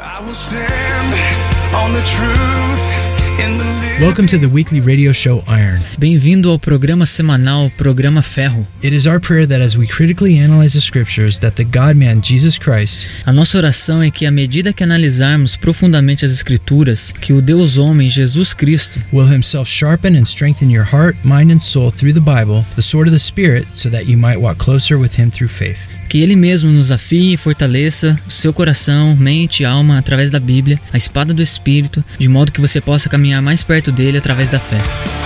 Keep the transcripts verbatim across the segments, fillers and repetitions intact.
Welcome to the weekly radio show Iron. Bem-vindo ao programa semanal Programa Ferro. It is our prayer that as we critically analyze the scriptures that the God-man Jesus Christ, A nossa oração é que à medida que analisarmos profundamente as escrituras, que o Deus homem Jesus Cristo will himself sharpen and strengthen your heart, mind and soul through the Bible, the sword of the Spirit, so that you might walk closer with him through faith. que Ele mesmo nos afie e fortaleça o seu coração, mente e alma através da Bíblia, a espada do Espírito, de modo que você possa caminhar mais perto dele através da fé.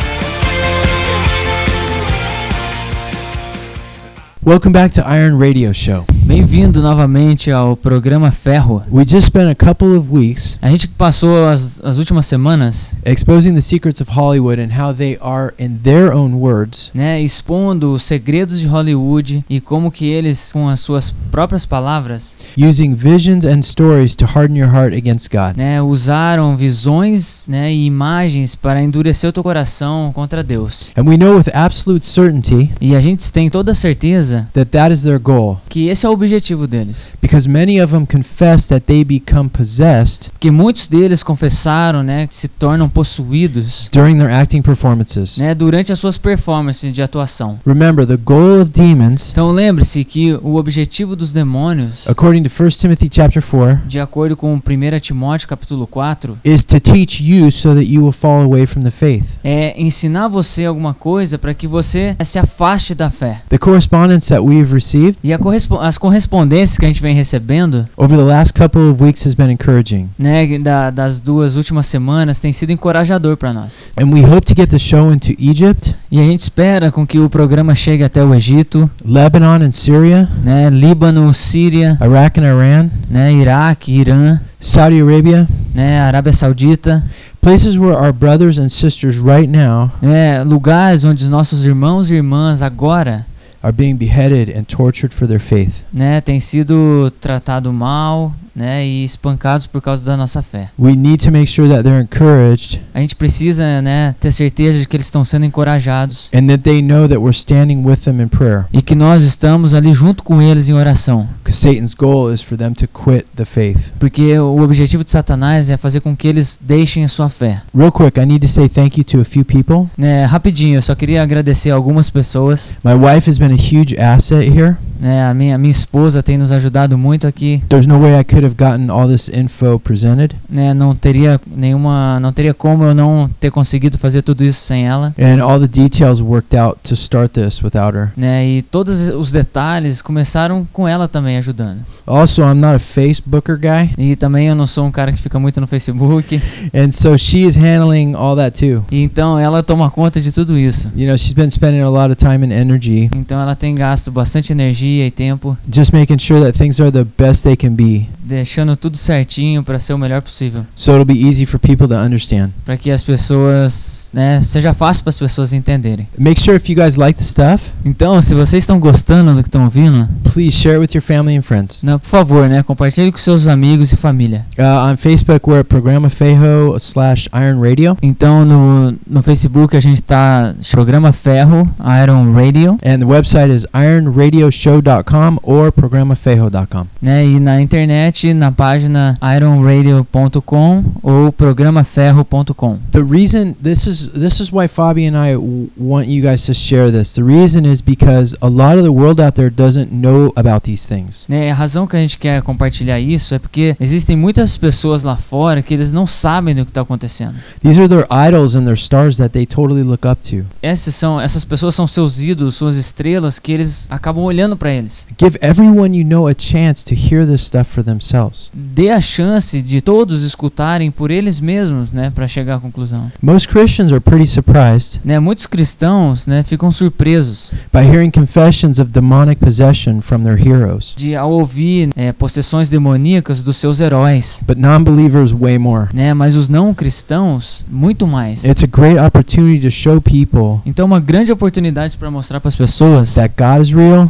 Welcome back to Iron Radio Show. Bem-vindo novamente ao Programa Ferro. We just spent a couple of weeks A gente passou as, as últimas semanas, exposing the secrets of Hollywood and how they are, in their own words, né, expondo os segredos de Hollywood e como que eles, com as suas próprias palavras, using visions and stories to harden your heart against God. né, usaram visões, né, e imagens para endurecer o teu coração contra Deus. And we know with absolute certainty E a gente tem toda a certeza that that is their goal, que esse é o objetivo deles. because many of them confess that they become possessed Porque muitos deles confessaram, né, que se tornam possuídos, during their acting performances. né, durante as suas performances de atuação. Remember, the goal of demons, Então lembre-se que o objetivo dos demônios, according to First Timothy chapter four, de acordo com primeiro Timóteo capítulo quatro, is to teach you so that you will fall away from the faith. é ensinar você alguma coisa para que você se afaste da fé. The correspondence that we've received E a correspo- as correspondências que a gente vem recebendo, over the last couple of weeks has been encouraging. né, da, das duas últimas semanas, tem sido encorajador para nós. And we hope to get the show into Egypt, E a gente espera com que o programa chegue até o Egito, Lebanon and Syria, né, Líbano, Síria, Iraq and Iran, né, Iraque, Irã, Saudi Arabia, né, Arábia Saudita, places where our brothers and sisters right now né, lugares onde os nossos irmãos e irmãs agora, are being beheaded and tortured for their faith. né, têm sido tratados mal, né, e espancados por causa da nossa fé. We need to make sure that they're encouraged A gente precisa, né, ter certeza de que eles estão sendo encorajados and that they know that we're standing with them in prayer, e que nós estamos ali junto com eles em oração. because Satan's goal is for them to quit the faith. Porque o objetivo de Satanás é fazer com que eles deixem a sua fé. Real quick, I need to say thank you to a few people. Né, rapidinho, eu só queria agradecer a algumas pessoas. My wife has been a huge asset here. Né, a minha, a minha esposa tem nos ajudado muito aqui. There's no way I could have gotten all this info presented. Né, não teria nenhuma, não teria como eu não ter conseguido fazer tudo isso sem ela. And all the details worked out to start this without her. Né, e todos os detalhes começaram com ela também ajudando. Also, I'm not a Facebooker guy, E também eu não sou um cara que fica muito no Facebook. and so she is handling all that too. E então ela toma conta de tudo isso. You know, she's been spending a lot of time and energy Então ela tem gasto bastante energia e tempo, just making sure that things are the best they can be, deixando tudo certinho para ser o melhor possível, so it'll be easy for people to understand. para que as pessoas, né, seja fácil para as pessoas entenderem. Make sure if you guys like the stuff, Então, se vocês estão gostando do que estão ouvindo, please share it with your family and friends. não, por favor, né, compartilhe com seus amigos e família. Uh, on Facebook, we're at Programa Ferro slash Iron Radio, Então, no, no Facebook a gente tá Programa Ferro, Iron Radio, and the website is iron radio show dot com or programa ferro dot com. né, e na internet na página iron radio ponto com ou programa ferro ponto com. The reason this is this is why Fabi and I w- want you guys to share this. The reason is because a lot of the world out there doesn't know about these things. Né, a razão que a gente quer compartilhar isso é porque existem muitas pessoas lá fora que eles não sabem do que está acontecendo. These are their idols and their stars that they totally look up to. Essas são essas pessoas são seus ídolos, suas estrelas que eles acabam olhando para eles. Give everyone you know a chance to hear this stuff for themselves. Dê a chance de todos escutarem por eles mesmos, né, para chegar à conclusão. Most Christians are pretty surprised Né, muitos cristãos, né, ficam surpresos by hearing confessions of demonic possession from their heroes, de ao ouvir é, possessões demoníacas dos seus heróis, but non-believers way more. né, mas os não cristãos muito mais. It's a great opportunity to show people Então, uma grande oportunidade para mostrar para as pessoas that God is real que Deus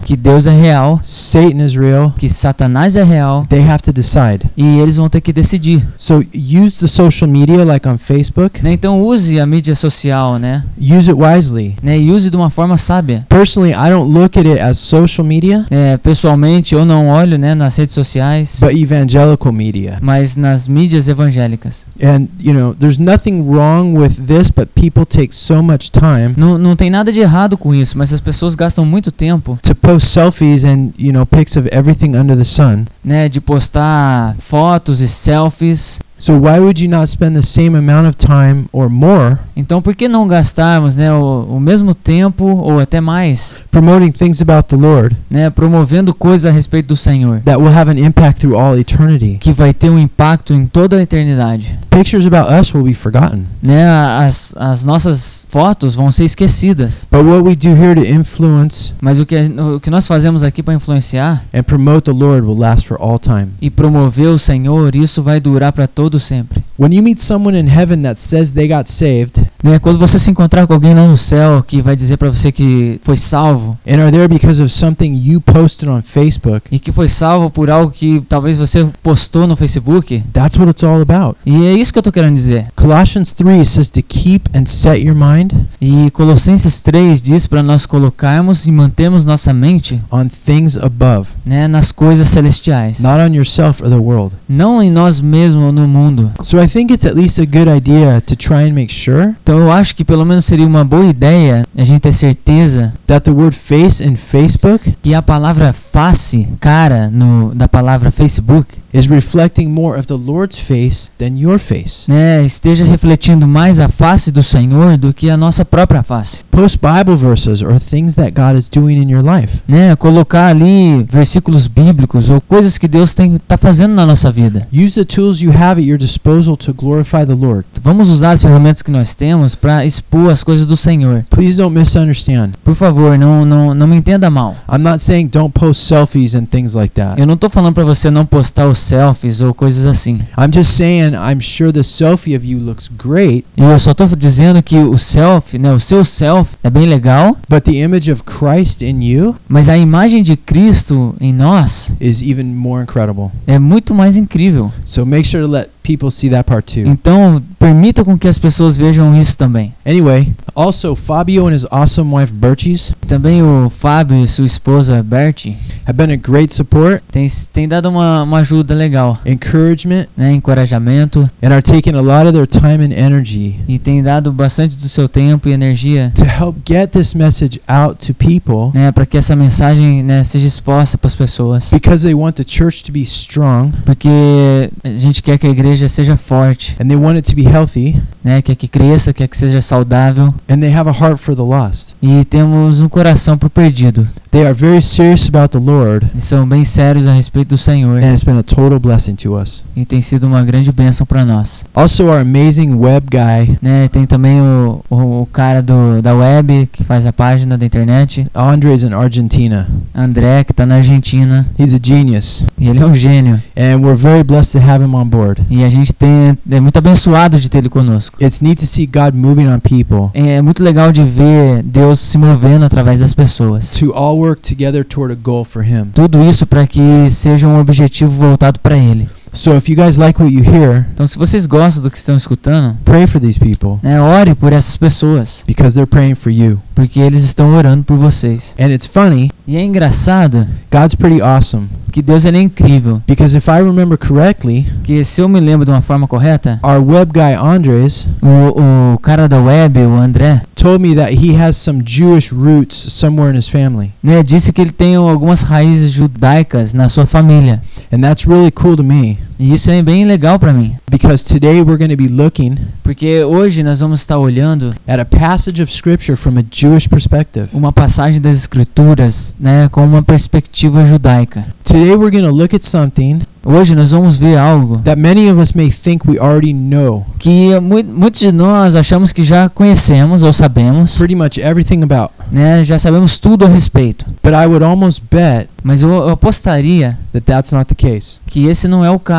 Deus é real, Satan is real, que Satanás é real, they have to decide. e eles vão ter que decidir. So use the social media like on Facebook. Né? Então use a mídia social, né? Use it wisely. né? E use de uma forma sábia. Personally, I don't look at it as social media, É, pessoalmente, eu não olho, né, nas redes sociais, but evangelical media. mas nas mídias evangélicas. And, you know, there's nothing wrong with this, but people take so much time Não, não tem nada de errado com isso, mas as pessoas gastam muito tempo, to post selfies and, you know, pics of everything under the sun. né, de postar fotos e selfies. So why would you not spend the same amount of time or more Então, por que não gastarmos, né, o, o mesmo tempo ou até mais, promoting things about the Lord né, promovendo coisas a respeito do Senhor, that will have an impact through all eternity? que vai ter um impacto em toda a eternidade, Pictures about us will be forgotten, né? As, as nossas fotos vão ser esquecidas, but what we do here to influence mas o que, o que nós fazemos aqui para influenciar and promote the Lord will last for all time. e promover o Senhor, isso vai durar para todo sempre. When you meet someone in heaven that says they got saved Né? Quando você se encontrar com alguém lá no céu que vai dizer para você que foi salvo, and are there because of something you posted on Facebook, e que foi salvo por algo que talvez você postou no Facebook, that's what it's all about. e é isso que eu tô querendo dizer. Colossians three says to keep and set your mind E Colossenses três diz para nós colocarmos e mantermos nossa mente, on things above, né, nas coisas celestiais, not on yourself or the world. não em nós mesmos ou no mundo. So I think it's at least a good idea to try and make sure Então eu acho que pelo menos seria uma boa ideia a gente ter certeza that the word face in Facebook que a palavra face, cara, no, da palavra Facebook, is reflecting more of the Lord's face than your face. né, esteja refletindo mais a face do Senhor do que a nossa própria face. Post Bible verses or things that God is doing in your life. Né, colocar ali versículos bíblicos ou coisas que Deus está fazendo na nossa vida. Use the tools you have at your disposal to glorify the Lord. Vamos usar as ferramentas que nós temos para expor as coisas do Senhor. Please don't misunderstand. Por favor, não, não, não me entenda mal. I'm not saying don't post selfies and things like that. Eu não estou falando para você não postar os selfies ou coisas assim. I'm just saying I'm sure the selfie of you looks great, E eu só estou dizendo que o selfie, né, o seu selfie é bem legal, but the image of Christ in you mas a imagem de Cristo em nós is even more incredible. é muito mais incrível. So make sure to let people see that part too. Então, permita com que as pessoas vejam isso também. Anyway, also Fabio and his awesome wife Berchies Também o Fábio e sua esposa Bertie have been a great support, tem, tem dado uma, uma ajuda legal, encouragement, né, encorajamento, and are taking a lot of their time and energy e tem dado bastante do seu tempo e energia, to help get this message out to people né, para que essa mensagem, né, seja exposta para as pessoas, because they want the church to be strong porque a gente quer que a igreja seja forte, and they want it to be healthy né, quer que cresça, quer que seja saudável, and they have a heart for the lost. e temos um coração pro perdido. They are very serious about the Lord, Eles são bem sérios a respeito do Senhor, and it's been a total blessing to us. e tem sido uma grande bênção para nós. Also, our amazing web guy, Né, tem também o, o, o cara do, da web que faz a página da internet, Andres in Argentina. André, que tá na Argentina, He's a genius, e ele é um gênio, and we're very blessed to have him on board. e a gente tem, é muito abençoado de ter ele conosco. It's neat to see God moving on people É muito legal de ver Deus se movendo através das pessoas. to all work together toward a goal for Him. Tudo isso para que seja um objetivo voltado para Ele. So if you guys like what you hear, Então, se vocês gostam do que estão escutando, pray for these people né, ore por essas pessoas, because they're praying for you. porque eles estão orando por vocês. And it's funny, E é engraçado God's pretty awesome que Deus ele é incrível, because if I remember correctly, que se eu me lembro de uma forma correta, our web guy Andres o, o cara da web, o André, told me that he has some Jewish roots somewhere in his family. né, disse que ele tem algumas raízes judaicas na sua família. And that's really cool to me E isso é bem legal para mim, because today we're going to be looking porque hoje nós vamos estar olhando at a passage of scripture from a Jewish perspective. uma passagem das escrituras, né, com uma perspectiva judaica. Today we're going to look at something Hoje nós vamos ver algo that many of us may think we already know que mu muitos de nós achamos que já conhecemos ou sabemos, pretty much everything about. né, já sabemos tudo a respeito. But I would almost bet Mas eu, eu apostaria that that's not the case. que esse não é o caso.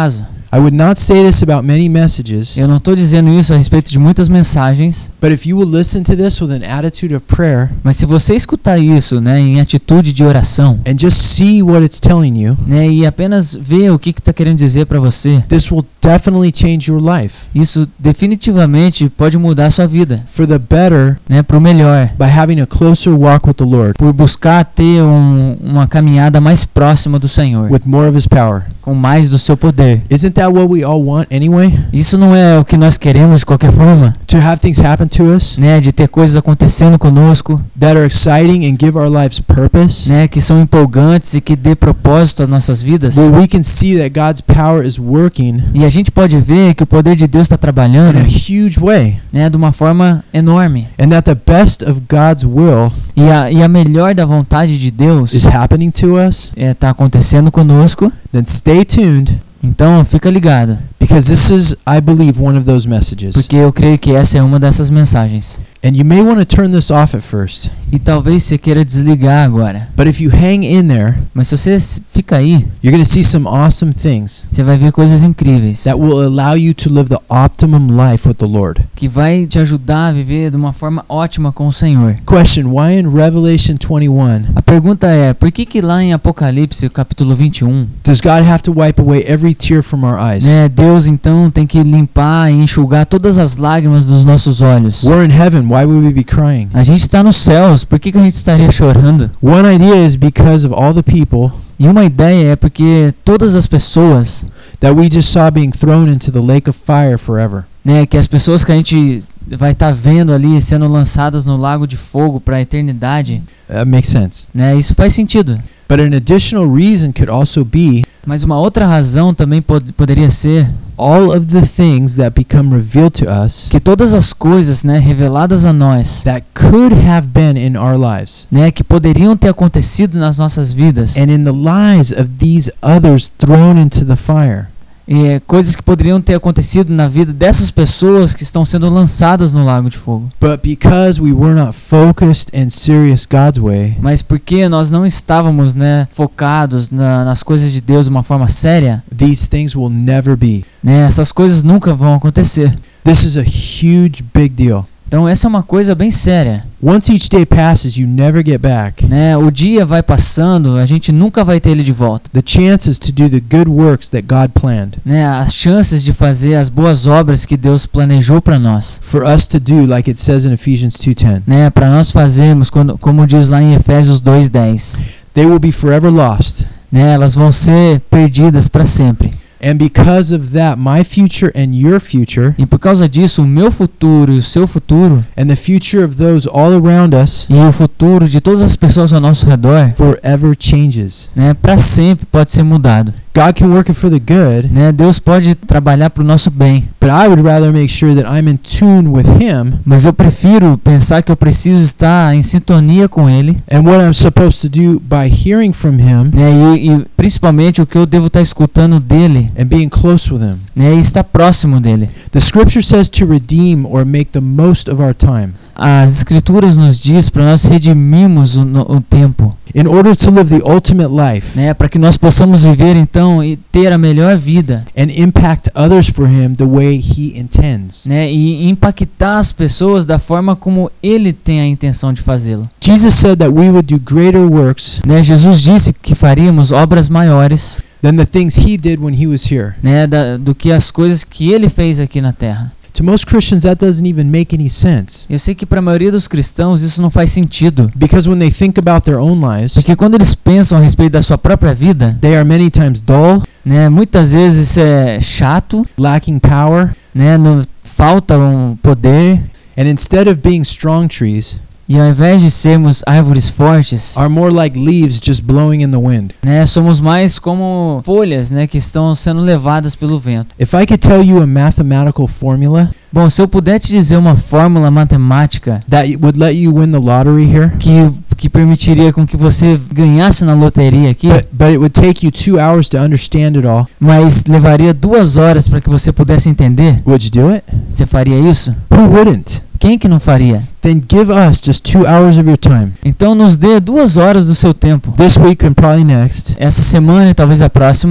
I would not say this about many messages, Eu não estou dizendo isso a respeito de muitas mensagens, but if you will listen to this with an attitude of prayer mas se você escutar isso, né, em atitude de oração, and just see what it's telling you, né, e apenas ver o que está querendo dizer para você, this will definitely change your life isso definitivamente pode mudar a sua vida, for the better né, para o melhor, by having a closer walk with the Lord por buscar ter um, uma caminhada mais próxima do Senhor, with more of His power. com mais do seu poder. Isn't that what we all want anyway? Isso não é o que nós queremos de qualquer forma, To have things happen to us né, de ter coisas acontecendo conosco, that are exciting and give our lives purpose, né, que são empolgantes e que dê propósito às nossas vidas. where we can see that God's power is working E a gente pode ver que o poder de Deus está trabalhando, in a huge way, né, de uma forma enorme. and that the best of God's will E a, e a melhor da vontade de Deus is happening to us, está acontecendo conosco. then stay tuned, Então fica ligado, because this is, I believe, one of those messages. porque eu creio que essa é uma dessas mensagens. And you may want to turn this off at first, E talvez você queira desligar agora, but if you hang in there, mas se você s- fica aí, you're going to see some awesome things você vai ver coisas incríveis that will allow you to live the optimum life with the Lord. que vai te ajudar a viver de uma forma ótima com o Senhor. Question, why in Revelation twenty-one A pergunta é, por que que lá em Apocalipse, capítulo vinte e um, does God have to wipe away every tear from our eyes? né, Deus então tem que limpar e enxugar todas as lágrimas dos nossos olhos? We're in heaven, why would we be crying? A gente está nos céus, por que que a gente estaria chorando? One idea is because of all the people E uma ideia é porque todas as pessoas, that we just saw being thrown into the lake of fire forever. né, que as pessoas que a gente vai estar vendo ali sendo lançadas no lago de fogo para a eternidade, That makes sense. né, isso faz sentido. But an additional reason could also be Mas uma outra razão também pod- poderia ser all of the things that become revealed to us que todas as coisas, né, reveladas a nós, that could have been in our lives né, que poderiam ter acontecido nas nossas vidas, and in the lives of these others thrown into the fire. é, coisas que poderiam ter acontecido na vida dessas pessoas que estão sendo lançadas no lago de fogo. But because we were not focused and serious God's way, Mas porque nós não estávamos, né, focados na, nas coisas de Deus de uma forma séria, these things will never be. né, essas coisas nunca vão acontecer. This is a huge big deal. Então essa é uma coisa bem séria, Once each day passes, you never get back. né? O dia vai passando, a gente nunca vai ter ele de volta, The chances to do the good works that God planned né? As chances de fazer as boas obras que Deus planejou para nós, for us to do, like it says in Ephesians two ten, né? Para nós fazermos, quando, como diz lá em Efésios dois dez, they will be forever lost. né? Elas vão ser perdidas para sempre. And because of that, my future and your future, E por causa disso, o meu futuro e o seu futuro and the future of those all around us, e o futuro de todas as pessoas ao nosso redor, forever changes. né, para sempre pode ser mudado, God can work it for the good, né? Deus pode trabalhar para o nosso bem, but I would rather make sure that I'm in tune with Him mas eu prefiro pensar que eu preciso estar em sintonia com Ele, and what I'm supposed to do by hearing from Him né? E, e principalmente o que eu devo estar escutando dele, and being close with Him. né? E estar próximo dele. The scripture says to redeem or make the most of our time. As escrituras nos diz para nós redimirmos o, no- o tempo, In order to live the ultimate life né? Para que nós possamos viver então e ter a melhor vida, and impact others for Him the way He intends. né? E impactar as pessoas da forma como Ele tem a intenção de fazê-lo. Jesus said that we would do greater works Né? Jesus disse que faríamos obras maiores, than the things He did when He was here. né? Da, do que as coisas que Ele fez aqui na Terra. To most Christians, that doesn't even make any sense. Eu sei que para a maioria dos cristãos isso não faz sentido, Because when they think about their own lives, porque quando eles pensam a respeito da sua própria vida, they are many times dull, né? Muitas vezes isso é chato, lacking power, né? No, falta um poder. and instead of being strong trees, E ao invés de sermos árvores fortes, are more like leaves just blowing in the wind. né, somos mais como folhas, né, que estão sendo levadas pelo vento. If I could tell you a mathematical formula Bom, se eu puder te dizer uma fórmula matemática that would let you win the lottery here, que, que permitiria com que você ganhasse na loteria aqui, but, but it would take you two hours to understand it all, mas levaria duas horas para que você pudesse entender, would you do it? você faria isso? Who wouldn't? Quem que não faria? Then give us just two hours of your time. Então nos dê duas horas do seu tempo, This week and probably next. essa semana e talvez a próxima,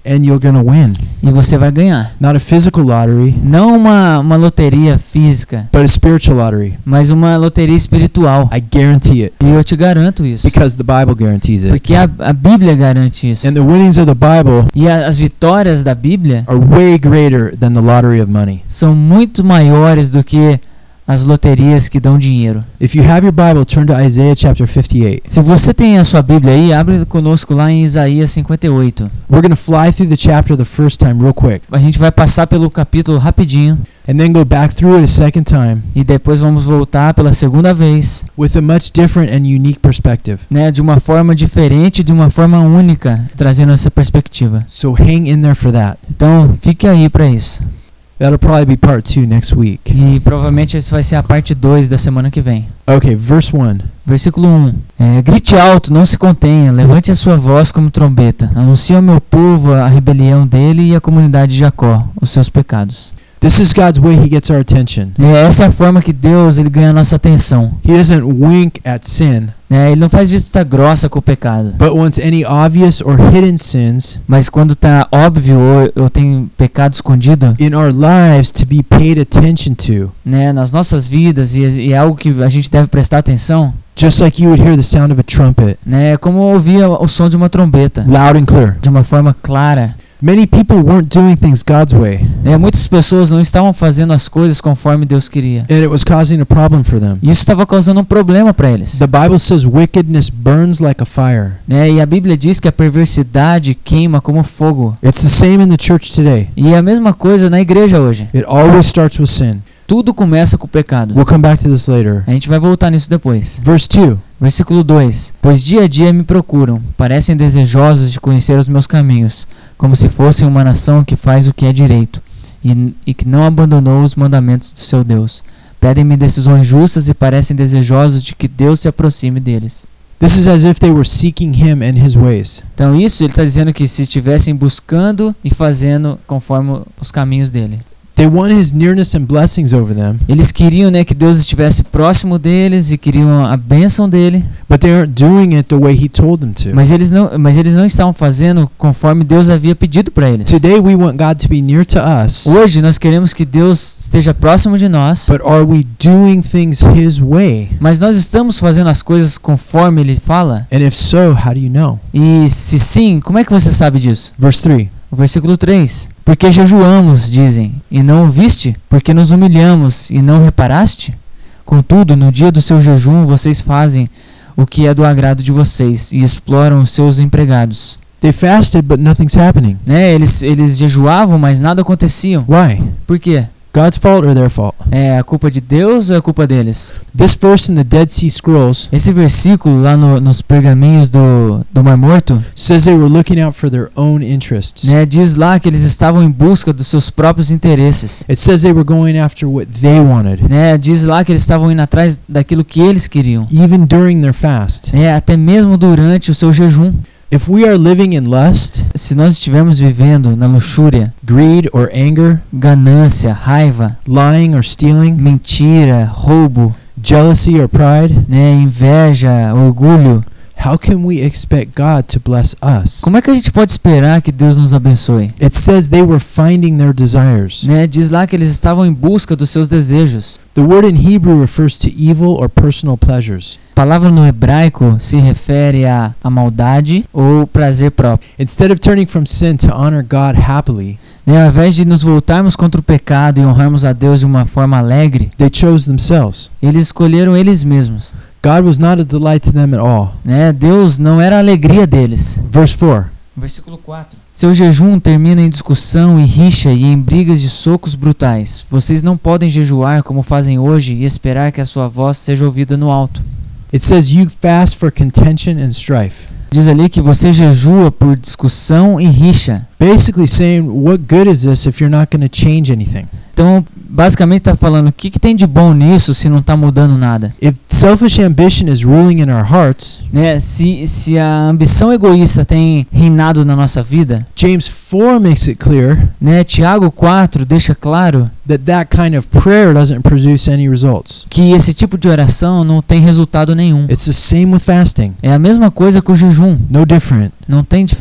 and you're going to win. E você vai ganhar. Not a physical lottery, Não uma, uma loteria física, but a spiritual lottery. mas uma loteria espiritual. I guarantee it E eu te garanto isso. because the Bible guarantees it. Porque a, a Bíblia garante isso. And the winnings of the Bible E a, as vitórias da Bíblia are way greater than the lottery of money. são muito maiores do que as loterias que dão dinheiro. If you have your Bible, turn to Isaiah chapter fifty-eight. Se você tem a sua Bíblia aí, abre conosco lá em Isaías cinquenta e oito. We're going to fly through the chapter the first time real quick, A gente vai passar pelo capítulo rapidinho and then go back through it a second time e depois vamos voltar pela segunda vez, with a much different and unique perspective. né, de uma forma diferente, de uma forma única, trazendo essa perspectiva. So hang in there for that. Então, fique aí para isso. That'll probably be part two next week. E provavelmente essa vai ser a parte dois da semana que vem. Okay, verse one. Versículo um. É, grite alto, não se contenha, levante a sua voz como trombeta. Anuncie ao meu povo a rebelião dele e à comunidade de Jacó, os seus pecados. This is God's way he gets our attention. É, essa é a forma que Deus ele ganha a nossa atenção. He doesn't wink at sin, Né? Ele não faz vista grossa com o pecado. but wants any obvious or hidden sins Mas quando está óbvio ou, ou tem pecado escondido, in our lives to be paid attention to, né, nas nossas vidas, e, e é algo que a gente deve prestar atenção, just like you would hear the sound of a trumpet, né, é como ouvir o som de uma trombeta, loud and clear. de uma forma clara. Many people weren't doing things God's way, Né? Muitas pessoas não estavam fazendo as coisas conforme Deus queria. and it was causing a problem for them. E isso estava causando um problema para eles. The Bible says wickedness burns like a fire. Né? E a Bíblia diz que a perversidade queima como fogo. It's the same in the church today. E é a mesma coisa na igreja hoje. It always starts with sin. Tudo começa com o pecado. We'll come back to this later. A gente vai voltar nisso depois. Verse two. Versículo dois. Pois dia a dia me procuram, parecem desejosos de conhecer os meus caminhos, como se fossem uma nação que faz o que é direito, e, e que não abandonou os mandamentos do seu Deus. Pedem-me decisões justas e parecem desejosos de que Deus se aproxime deles. This is as if they were seeking him and his ways. Então isso ele está dizendo que se estivessem buscando e fazendo conforme os caminhos dele. They want his nearness and blessings over them, Eles queriam, né, que Deus estivesse próximo deles e queriam a bênção dele, but they aren't doing it the way he told them to. mas eles não, mas eles não estavam fazendo conforme Deus havia pedido para eles. Today we want God to be near to us, Hoje nós queremos que Deus esteja próximo de nós, but are we doing things his way? mas nós estamos fazendo as coisas conforme ele fala? And if so, how do you know? E se sim, como é que você sabe disso? Verse three. O versículo três. Porque jejuamos, dizem, e não o viste? Porque nos humilhamos e não reparaste? Contudo, no dia do seu jejum, vocês fazem o que é do agrado de vocês e exploram os seus empregados. They fasted, but nothing's happening. Né? Eles, eles jejuavam, mas nada acontecia. Why? Por quê? God's fault or their fault? É a culpa de Deus ou é a culpa deles? This verse in the Dead Sea Scrolls Esse versículo lá no, nos pergaminhos do, do Mar Morto, says they were looking out for their own interests. né, diz lá que eles estavam em busca dos seus próprios interesses. It says they were going after what they wanted, Né, diz lá que eles estavam indo atrás daquilo que eles queriam. even during their fast. É, até mesmo durante o seu jejum. If we are living in lust, Se nós estivermos vivendo na luxúria, greed, or anger, ganância, raiva, lying or stealing, mentira, roubo, jealousy or pride, né, inveja, orgulho, how can we expect God to bless us? como é que a gente pode esperar que Deus nos abençoe? It says they were finding their desires. Né, diz lá que eles estavam em busca dos seus desejos. The word in Hebrew refers to evil or personal pleasures. A palavra no hebraico se refere a, a maldade ou prazer próprio. Instead of turning from sin to honor God happily, Né, ao invés de nos voltarmos contra o pecado e honrarmos a Deus de uma forma alegre, they chose themselves. eles escolheram eles mesmos. God was not a delight to them at all. Né, Deus não era a alegria deles. Verse four. Versículo quatro. Seu jejum termina em discussão e rixa e em brigas de socos brutais. Vocês não podem jejuar como fazem hoje e esperar que a sua voz seja ouvida no alto. It says you fast for contention and strife. Diz ali que você jejua por discussão e rixa. Basically saying, what good is this if you're not going to change anything? Então, basicamente está falando, o que, que tem de bom nisso se não está mudando nada? If selfish ambition is ruling in our hearts, Né? Se, se a ambição egoísta tem reinado na nossa vida, James four makes it clear né? Tiago quatro deixa claro that that kind of prayer doesn't produce any results. que esse tipo de oração não tem resultado nenhum. It's the same with fasting. É a mesma coisa com o jejum, No different. não tem diferença.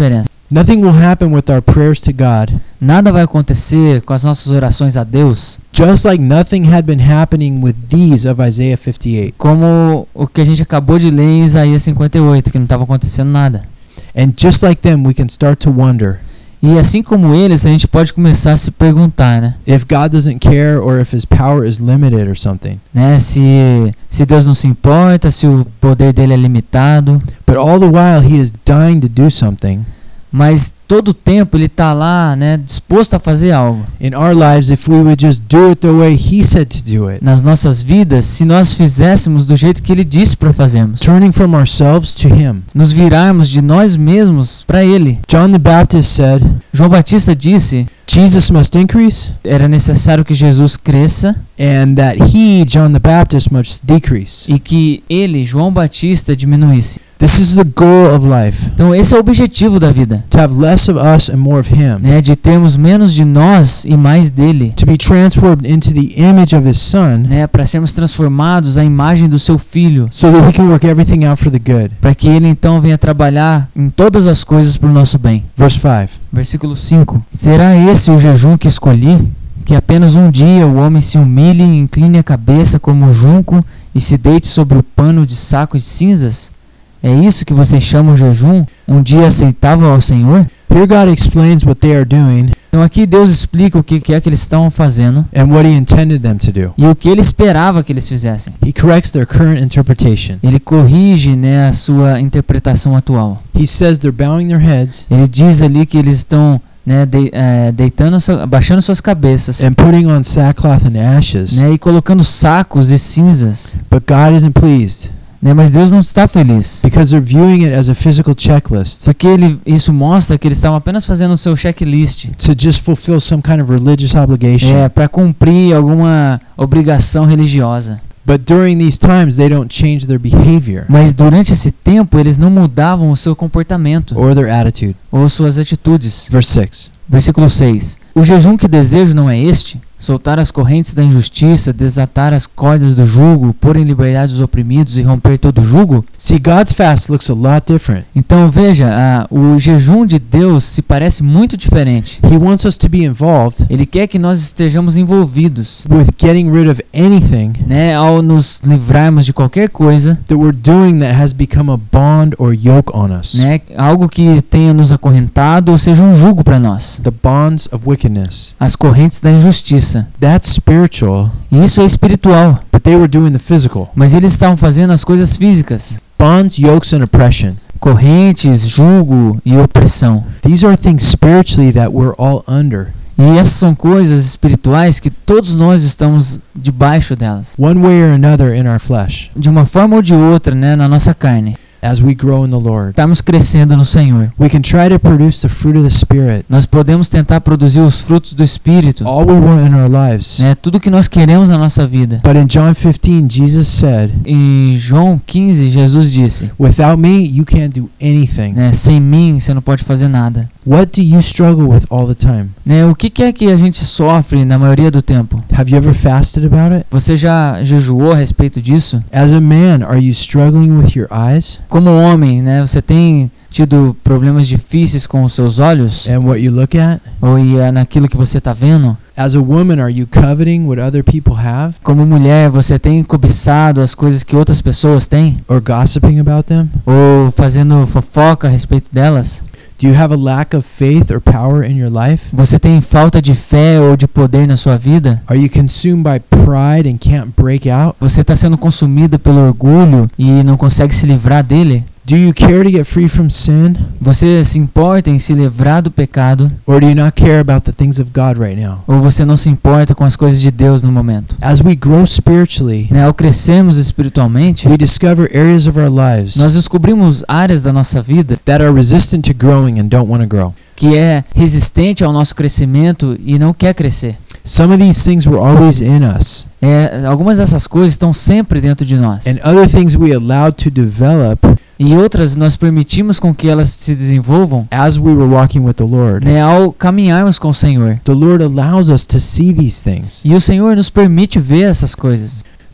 Nothing will happen with our prayers to God, Nada vai acontecer com as nossas orações a Deus, just like nothing had been happening with these of Isaiah fifty-eight. como o que a gente acabou de ler em Isaías cinquenta e oito, que não estava acontecendo nada. And just like them, we can start to wonder E assim como eles, a gente pode começar a se perguntar, né? if God doesn't care or if his power is limited or something. né? Se, se Deus não se importa, se o poder dele é limitado. But all the while, he is dying to do something. Mas todo o tempo ele está lá, né, disposto a fazer algo. In our lives, if we would just do it the way he said to do it, Nas nossas vidas, se nós fizéssemos do jeito que ele disse para fazermos, turning from ourselves to him. nos virarmos de nós mesmos para ele. John the Baptist said, João Batista disse, Jesus must increase, era necessário que Jesus cresça and that he, John the Baptist, must decrease. e que ele, João Batista, diminuísse. This is the goal of life, Então esse é o objetivo da vida, to have less of us and more of him, né, de termos menos de nós e mais dele, to be transformed into the image of his son, né, para sermos transformados à imagem do seu filho, so that he can work everything out for the good. para que ele então venha trabalhar em todas as coisas para o nosso bem. Verse five. Versículo cinco. Será esse o jejum que escolhi? Que apenas um dia o homem se humilhe e incline a cabeça como o junco e se deite sobre o pano de saco de cinzas? É isso que vocês chamam jejum? Um dia aceitável ao Senhor? Here God explains what they are doing Então aqui Deus explica o que que é que eles estão fazendo and what he intended them to do. e o que ele esperava que eles fizessem. He corrects their current interpretation. Ele corrige, né, a sua interpretação atual. He says they're bowing their heads Ele diz ali que eles estão, né, de, é, deitando, sua- abaixando suas cabeças, and putting on sackcloth and ashes, né, e colocando sacos e cinzas. but God isn't pleased Né, mas Deus não está feliz, because they're viewing it as a physical checklist porque ele, isso mostra que eles estavam apenas fazendo o seu checklist, to just fulfill some kind of religious obligation. é, para cumprir alguma obrigação religiosa. But during these times, they don't change their behavior Mas durante esse tempo eles não mudavam o seu comportamento or their attitude. ou suas atitudes. Verse six. Versículo seis. O jejum que desejo não é este? Soltar as correntes da injustiça, desatar as cordas do jugo, pôr em liberdade os oprimidos e romper todo jugo? See, God's fast looks a lot different. Então veja, ah, o jejum de Deus se parece muito diferente. He wants us to be involved Ele quer que nós estejamos envolvidos, with getting rid of anything né, ao nos livrarmos de qualquer coisa, that we're doing that has become a bond or yoke on us. né, algo que tenha nos acorrentado ou seja um jugo para nós. The bonds of wickedness. As correntes da injustiça. That's spiritual, E isso é espiritual, but they were doing the physical. mas eles estavam fazendo as coisas físicas. Bonds, yokes, and oppression. Correntes, jugo e opressão. These are things spiritually that we're all under. E essas são coisas espirituais que todos nós estamos debaixo delas, One way or another in our flesh de uma forma ou de outra, né, na nossa carne. as we grow in the Lord. Estamos crescendo no Senhor. We can try to produce the fruit of the Spirit. Nós podemos tentar produzir os frutos do Espírito, All we want in our lives. né, tudo que nós queremos na nossa vida. But in John fifteen, Jesus said, Em João quinze, Jesus disse, without me, you can't do anything. né, sem mim você não pode fazer nada. What do you struggle with all the time? Né, o que que é que a gente sofre na maioria do tempo? Have you ever fasted about it? Você já jejuou a respeito disso? As a man, are you struggling with your eyes Como homem, né, você tem tido problemas difíceis com os seus olhos? and what you look at? Ou e é naquilo que você está vendo? As a woman, are you coveting what other people have Como mulher, você tem cobiçado as coisas que outras pessoas têm? or gossiping about them? Ou fazendo fofoca a respeito delas? Do you have a lack of faith or power in your life? Você tem falta de fé ou de poder na sua vida? Are you consumed by pride and can't break out? Você está sendo consumido pelo orgulho e não consegue se livrar dele? Do you care to get free from sin, Você se importa em se livrar do pecado? or do you not care about the things of God right now? Ou você não se importa com as coisas de Deus no momento? As we grow spiritually, Né, ao crescermos espiritualmente, we discover areas of our lives nós descobrimos áreas da nossa vida that are resistant to growing and don't want to grow. que é resistente ao nosso crescimento e não quer crescer. Some of these things were always in us, É, algumas dessas coisas estão sempre dentro de nós. and other things we allowed to develop E outras nós permitimos com que elas se desenvolvam, as we were walking with the Lord. né, ao caminharmos com o Senhor. The Lord allows us to see these things. E o Senhor nos permite ver essas coisas.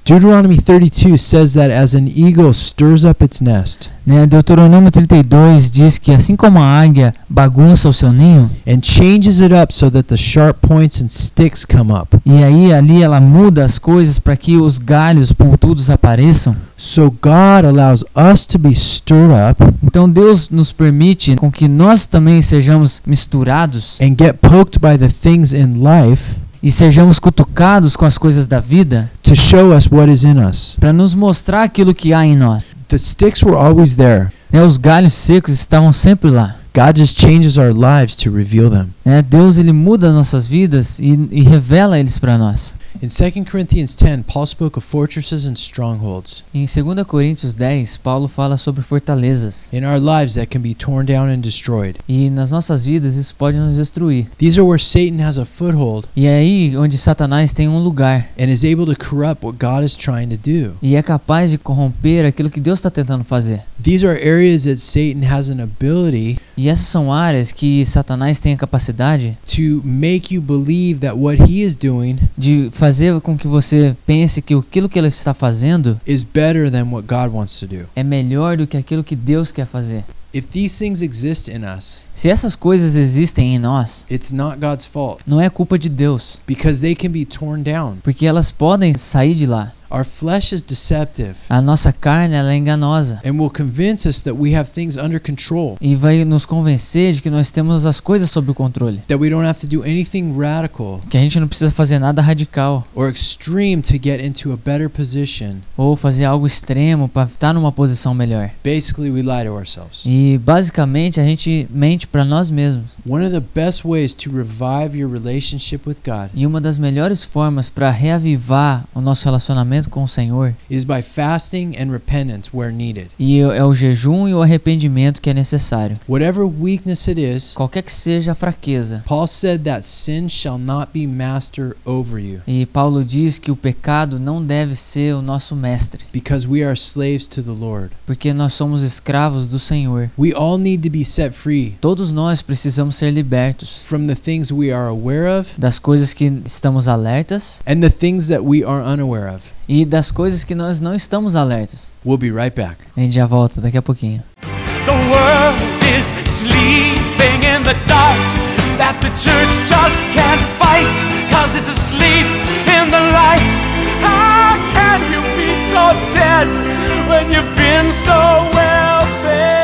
Deuteronomy thirty-two says that as an eagle stirs up its nest Né, Deuteronômio trinta e dois diz que assim como a águia bagunça o seu ninho, and changes it up so that the sharp points and sticks come up, e aí ali ela muda as coisas para que os galhos pontudos apareçam, so God allows us to be stirred up então Deus nos permite com que nós também sejamos misturados and get poked by the things in life e sejamos cutucados com as coisas da vida to show us what is in us. para nos mostrar aquilo que há em nós. The sticks were always there. Né, os galhos secos estavam sempre lá. God just changes our lives to reveal them. Né, Deus ele muda as nossas vidas e, e revela eles para nós. In Second Corinthians ten, Paul spoke of fortresses and strongholds. Em dois Coríntios dez, Paulo fala sobre fortalezas. In our lives that can be torn down and destroyed. E nas nossas vidas isso pode nos destruir. These are where Satan has a foothold E é aí onde Satanás tem um lugar. and is able to corrupt what God is trying to do. E é capaz de corromper aquilo que Deus está tentando fazer. These are areas that Satan has an ability E essas são áreas que Satanás tem a capacidade to make you believe that what he is doing de fazer com que você pense que aquilo que ele está fazendo is better than what God wants to do. é melhor do que aquilo que Deus quer fazer. If these things exist in us, Se essas coisas existem em nós, it's not God's fault não é culpa de Deus, because they can be torn down. porque elas podem sair de lá. Our flesh is deceptive A nossa carne ela é enganosa and will convince us that we have things under control, e vai nos convencer de que nós temos as coisas sob o controle, that we don't have to do anything radical que a gente não precisa fazer nada radical or extreme to get into a better position. ou fazer algo extremo para estar numa posição melhor. Basically, we lie to ourselves. E basicamente a gente mente para nós mesmos. One of the best ways to revive your relationship with God E uma das melhores formas para reavivar o nosso relacionamento com o Senhor is by fasting and repentance where needed. e é o jejum e o arrependimento que é necessário. Whatever weakness it is, Qualquer que seja a fraqueza. Paul said that sin shall not be master over you, E Paulo diz que o pecado não deve ser o nosso mestre, because we are slaves to the Lord. porque nós somos escravos do Senhor. We all need to be set free Todos nós precisamos ser libertos from the things we are aware of das coisas que estamos alertas and the things that we are unaware of. e das coisas que nós não estamos alertas. We'll be right back. A gente já volta daqui a pouquinho. The world is sleeping in the dark that the church just can't fight, 'cause it's asleep in the light. How can you be so dead when you've been so well fed?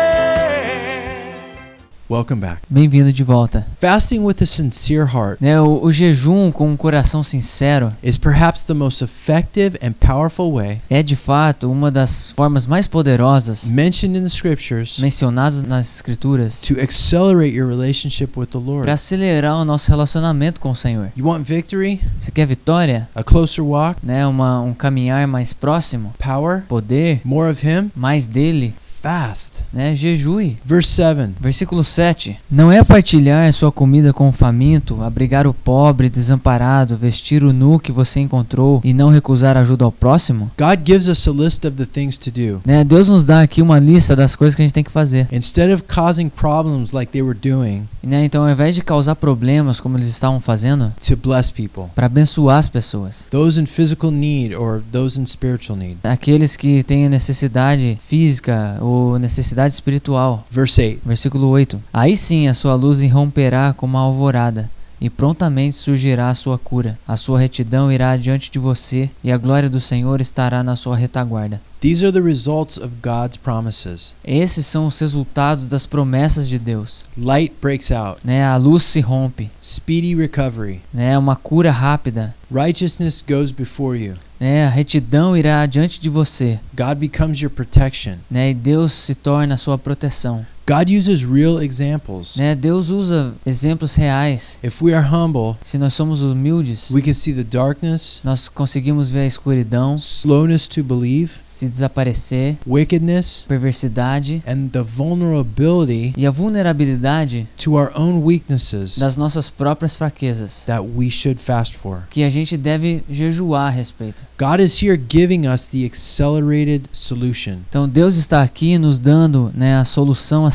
Welcome back. Bem-vindo de volta. Fasting with a sincere heart Né, o, o jejum com um coração sincero is perhaps the most effective and powerful way é de fato uma das formas mais poderosas mentioned in the scriptures mencionadas nas escrituras to accelerate your relationship with the Lord. para acelerar o nosso relacionamento com o Senhor. You want victory? Você quer vitória? A closer walk? Né, uma, um caminhar mais próximo? Power? Poder? More of Him? Mais dele? Fast. Né, jejue. Verse seven. Versículo sete. Não é partilhar sua comida com o faminto, abrigar o pobre, desamparado, vestir o nu que você encontrou e não recusar ajuda ao próximo? God gives us a list of the things to do. Né, Deus nos dá aqui uma lista das coisas que a gente tem que fazer. Instead of causing problems like they were doing Né, então, ao invés de causar problemas como eles estavam fazendo, to bless people, para abençoar as pessoas, those in physical need or those in spiritual need. aqueles que têm necessidade física ou necessidade espiritual. Verse eight. Versículo oito. Aí sim a sua luz irromperá como a alvorada, e prontamente surgirá a sua cura. A sua retidão irá adiante de você, e a glória do Senhor estará na sua retaguarda. These are the results of God's promises. Esses são os resultados das promessas de Deus. Light breaks out. Né, a luz se rompe, Speedy recovery. né, uma cura rápida. Righteousness goes before you. Né, a retidão irá adiante de você, God becomes your protection. né, e Deus se torna a sua proteção. God uses real examples. Né, Deus usa exemplos reais. If we are humble, Se nós somos humildes, we can see the darkness, nós conseguimos ver a escuridão slowness to believe, se desaparecer, wickedness, perversidade and the vulnerability e a vulnerabilidade to our own weaknesses das nossas próprias fraquezas, that we should fast for. que a gente deve jejuar a respeito. God is here giving us the accelerated solution. Então Deus está aqui nos dando, né, a solução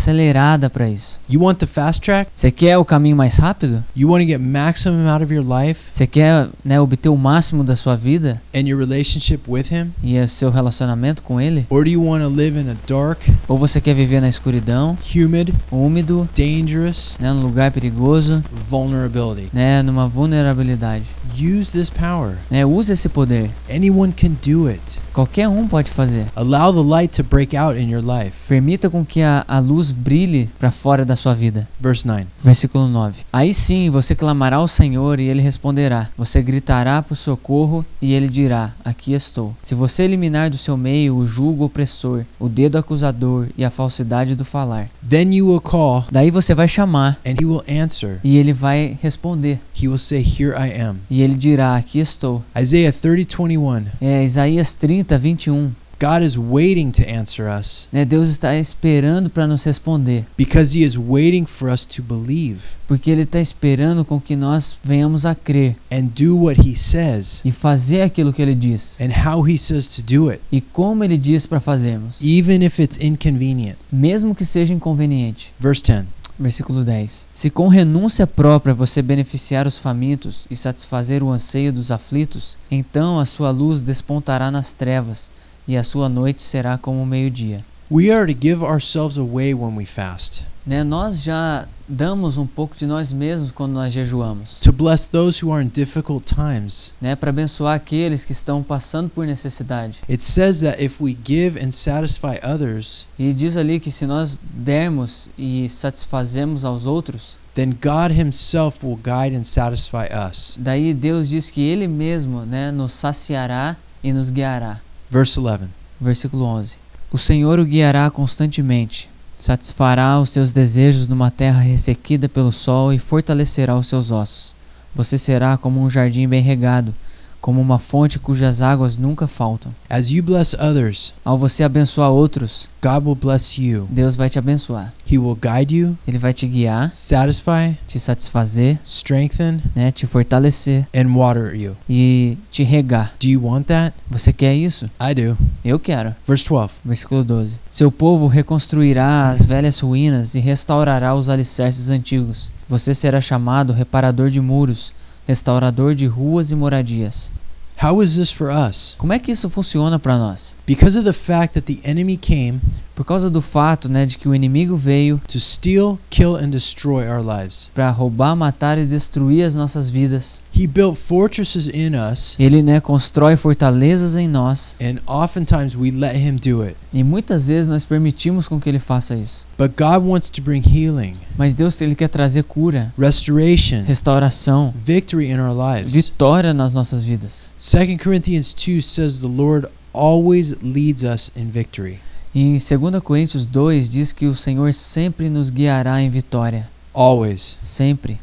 acelerada para isso. You want the fast track? Você quer o caminho mais rápido? You want to get maximum out of your life Você quer, né, obter o máximo da sua vida and your relationship with Him? e o seu relacionamento com Ele? Or do you want to live in a dark, Ou você quer viver na escuridão, humid, úmido, dangerous né, num lugar perigoso, vulnerability? né, numa vulnerabilidade? Use this power. Né, use esse poder. Anyone can do it. Qualquer um pode fazer. Allow the light to break out in your life. Permita com que a, a luz brilhe para fora da sua vida. Verse nine. Versículo nove. Aí sim você clamará ao Senhor e Ele responderá. Você gritará por socorro e Ele dirá, aqui estou. Se você eliminar do seu meio o jugo opressor, o dedo acusador e a falsidade do falar. Then you will call Daí você vai chamar and He will answer. e Ele vai responder. He will say, here I am. E Ele dirá, aqui estou. Isaiah thirty twenty-one. É Isaías trinta, vinte e um. God is waiting to answer us Né, Deus está esperando para nos responder. because He is waiting for us to believe Porque Ele está esperando com que nós venhamos a crer and do what He says e fazer aquilo que Ele diz. and how He says to do it, E como Ele diz para fazermos. even if it's inconvenient. Mesmo que seja inconveniente. Verse ten. Versículo dez. Se com renúncia própria você beneficiar os famintos e satisfazer o anseio dos aflitos, então a sua luz despontará nas trevas e a sua noite será como o meio-dia. We are to give ourselves away when we fast, Né? Nós já damos um pouco de nós mesmos quando nós jejuamos, to bless those who are in difficult times. né? Para abençoar aqueles que estão passando por necessidade. It says that if we give and satisfy others, E diz ali que se nós dermos e satisfazemos aos outros, then God Himself will guide and satisfy us. daí Deus diz que Ele mesmo, né, nos saciará e nos guiará. Verse eleven. Versículo onze. O Senhor o guiará constantemente, satisfará os seus desejos numa terra ressequida pelo sol e fortalecerá os seus ossos. Você será como um jardim bem regado, como uma fonte cujas águas nunca faltam. As you bless others, Ao você abençoar outros, God will bless you. Deus vai te abençoar. He will guide you, Ele vai te guiar, satisfy, te satisfazer, strengthen, né, te fortalecer and water you. e te regar. Do you want that? Você quer isso? I do. Eu quero. Verse twelve. Versículo doze. Seu povo reconstruirá as velhas ruínas e restaurará os alicerces antigos. Você será chamado reparador de muros, restaurador de ruas e moradias. How is this for us? Como é que isso funciona para nós? Because of the fact that the enemy came Por causa do fato, né, de que o inimigo veio to steal, kill, and destroy our lives. para roubar, matar e destruir as nossas vidas. He built fortresses in us, Ele, né, constrói fortalezas em nós and oftentimes we let Him do it. e muitas vezes nós permitimos com que ele faça isso. But God wants to bring healing, Mas Deus, ele quer trazer cura, restoration, restauração, victory in our lives. vitória nas nossas vidas. Second Corinthians two says the Lord always leads us in victory. E em dois Coríntios dois diz que o Senhor sempre nos guiará em vitória. Always. Sempre,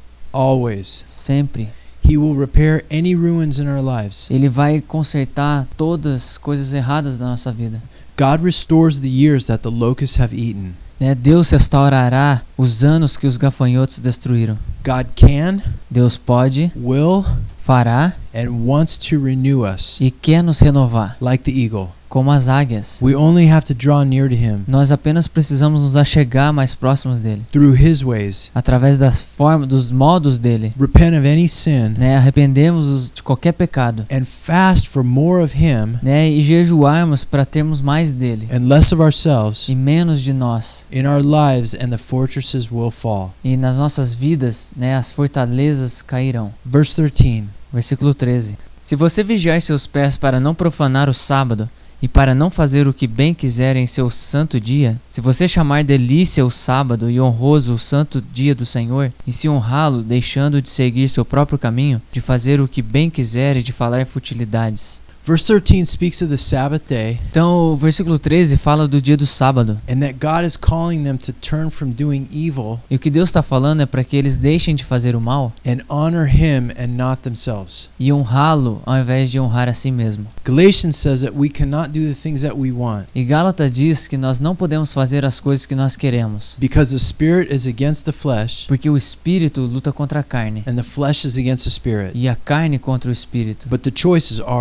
Always. sempre. He will repair any ruins in our lives. Ele vai consertar todas as coisas erradas da nossa vida. God restores the years that the locusts have eaten. Né? Deus restaurará os anos que os gafanhotos destruíram. God can, Deus pode, will, fará and wants to renew us e quer nos renovar, like the eagle. como as águias. We only have to draw near to Him Nós apenas precisamos nos achegar mais próximos dele, through His ways, através das formas, dos modos dele. repent of any sin, Né? Arrependemos de qualquer pecado, and fast for more of Him né? E jejuarmos para termos mais dele and less of ourselves e menos de nós. in our lives, and the fortresses will fall. E nas nossas vidas, né, as fortalezas cairão. Verse thirteen. Versículo treze. Se você vigiar seus pés para não profanar o sábado e para não fazer o que bem quiser em seu santo dia, se você chamar delícia o sábado e honroso o santo dia do Senhor, e se honrá-lo deixando de seguir seu próprio caminho, de fazer o que bem quiser e de falar futilidades. Verse thirteen speaks of the Sabbath day, Então o versículo treze fala do dia do sábado. and that God is calling them to turn from doing evil E o que Deus está falando é para que eles deixem de fazer o mal and honor Him and not themselves. e honrá-lo ao invés de honrar a si mesmo. Galatians says that we cannot do the things that we want E Gálatas diz que nós não podemos fazer as coisas que nós queremos, because the spirit is against the flesh porque o espírito luta contra a carne and the flesh is against the spirit. e a carne contra o espírito. But the choice is ours. Mas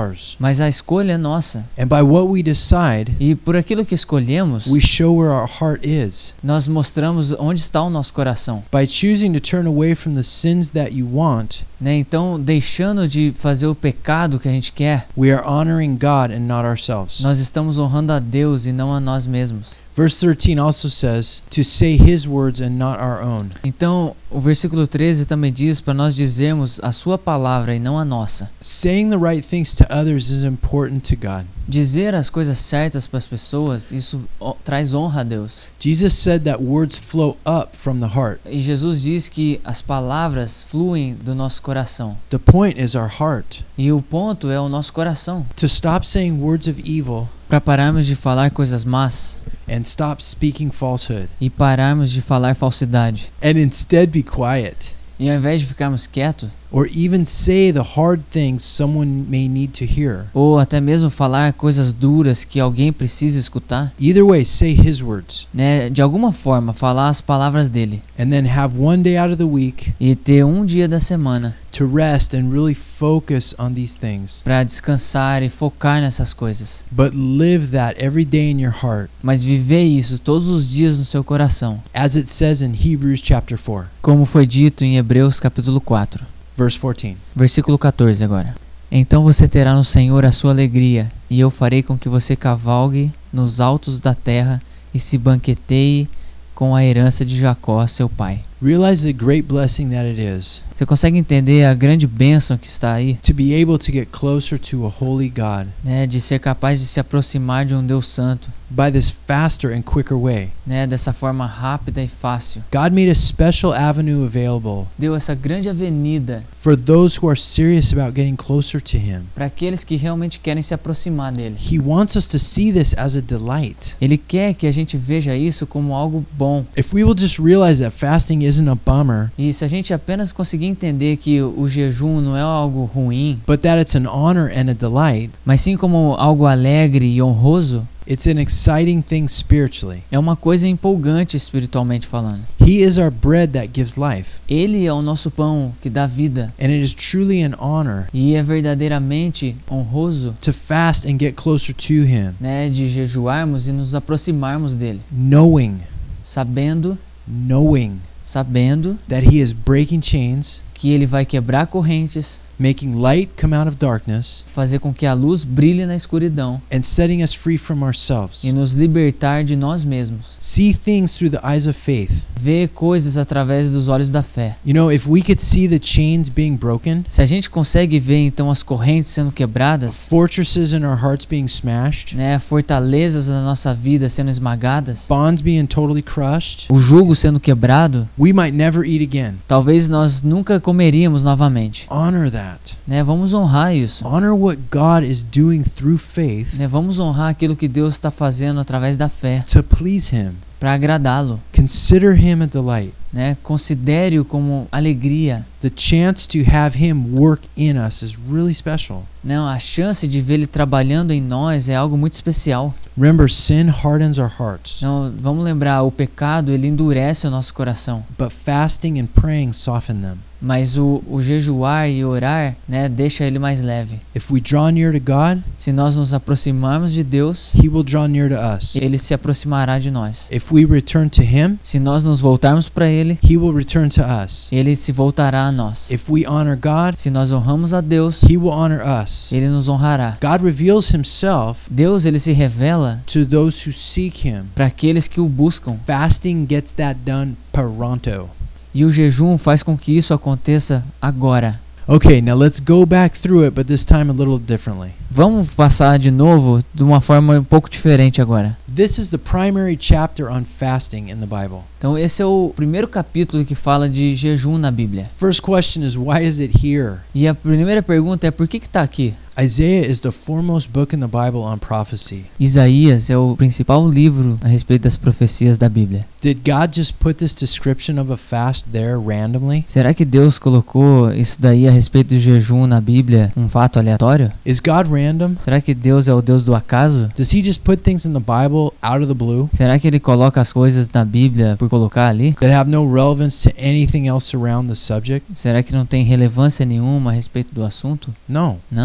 Mas a escolha é nossa. And by what we decide, E por aquilo que escolhemos, we show where our heart is. nós mostramos onde está o nosso coração. By choosing to turn away from the sins that you want, Né? Então, deixando de fazer o pecado que a gente quer, we are honoring God and not ourselves. nós estamos honrando a Deus e não a nós mesmos. Verse thirteen also says to say His words and not our own. Então, o versículo treze também diz para nós dizermos a sua palavra e não a nossa. Saying the right things to others is important to God. Dizer as coisas certas para as pessoas, isso ó, traz honra a Deus. Jesus said that words flow up from the heart. E Jesus diz que as palavras fluem do nosso coração. The point is our heart. E o ponto é o nosso coração. To stop saying words of evil Para pararmos de falar coisas más and stop speaking falsehood, e pararmos de falar falsidade. and instead be quiet, E ao invés de ficarmos quietos, or even say the hard things someone may need to hear. ou até mesmo falar coisas duras que alguém precisa escutar, Either way, say His words, né, de alguma forma falar as palavras dele and then have one day out of the week e ter um dia da semana to rest and really focus on these things. para descansar e focar nessas coisas, But live that every day in your heart, mas viver isso todos os dias no seu coração, as it says in Hebrews chapter four, como foi dito em Hebreus capítulo quatro, verse fourteen. versículo catorze agora. Então você terá no Senhor a sua alegria, e eu farei com que você cavalgue nos altos da terra e se banqueteie com a herança de Jacó, seu pai. Realize the great blessing that it is Você consegue entender a grande bênção que está aí, to be able to get closer to a holy God né, de ser capaz de se aproximar de um Deus santo, by this faster and quicker way. né, dessa forma rápida e fácil. God made a special avenue available Deu essa grande avenida for those who are serious about getting closer to Him. para aqueles que realmente querem se aproximar dele. He wants us to see this as a delight. Ele quer que a gente veja isso como algo bom. If we will just realize that fasting isn't a bummer, E se a gente apenas conseguir entender que o jejum não é algo ruim, but that it's an honor and a delight, mas sim como algo alegre e honroso, it's an exciting thing spiritually. é uma coisa empolgante espiritualmente falando. He is our bread that gives life, Ele é o nosso pão que dá vida, and it is truly an honor e é verdadeiramente honroso, to fast and get closer to Him, né, de jejuarmos e nos aproximarmos dele, knowing, sabendo, knowing sabendo that He is breaking chains, que ele vai quebrar correntes, making light come out of darkness, fazer com que a luz brilhe na escuridão and setting us free from ourselves. e nos libertar de nós mesmos. See things through the eyes of faith. Ver coisas através dos olhos da fé. You know, if we could see the chains being broken, Se a gente consegue ver então as correntes sendo quebradas, fortresses in our hearts being smashed, né, fortalezas da nossa vida sendo esmagadas, bonds being totally crushed, o jugo sendo quebrado, we might never eat again. talvez nós nunca comeríamos novamente. Honor that. Né, vamos honrar isso. Honor what God is doing through faith Né, vamos honrar aquilo que Deus está fazendo através da fé to please Him. para agradá-lo. Consider Him a delight. Né, considere-o como alegria. The chance to have Him work in us is really special. Não, a chance de ver ele trabalhando em nós é algo muito especial. Remember, sin hardens our hearts, Não, vamos lembrar, o pecado ele endurece o nosso coração, but fasting and praying soften them. mas o, o jejuar e orar, né, deixa ele mais leve. If we draw near to God, Se nós nos aproximarmos de Deus, He will draw near to us. ele se aproximará de nós. If we return to Him, Se nós nos voltarmos para ele, He will return to us. ele se voltará a nós. If we honor God, Se nós honramos a Deus, He will honor us. ele nos honrará. God reveals Himself Deus ele se revela to those who seek Him. para aqueles que o buscam. Fasting gets that done pronto. E o jejum faz com que isso aconteça agora. Okay, now let's go back through it, but this time a little differently. Vamos passar de novo de uma forma um pouco diferente agora. This is the primary chapter on fasting in the Bible. Então esse é o primeiro capítulo que fala de jejum na Bíblia. First question is, why is it here? E a primeira pergunta é por que que está aqui? Isaiah is the foremost book in the Bible on prophecy. Isaías é o principal livro a respeito das profecias da Bíblia. Did God just put this description of a fast there randomly? Será que Deus colocou isso daí a respeito do jejum na Bíblia, um fato aleatório? Is God random? Será que Deus é o Deus do acaso? Does He just put things in the Bible out of the blue Será que ele coloca as coisas na Bíblia por colocar ali? that have no relevance to anything else around the subject? Será que não tem relevância nenhuma a respeito do assunto? No. Não.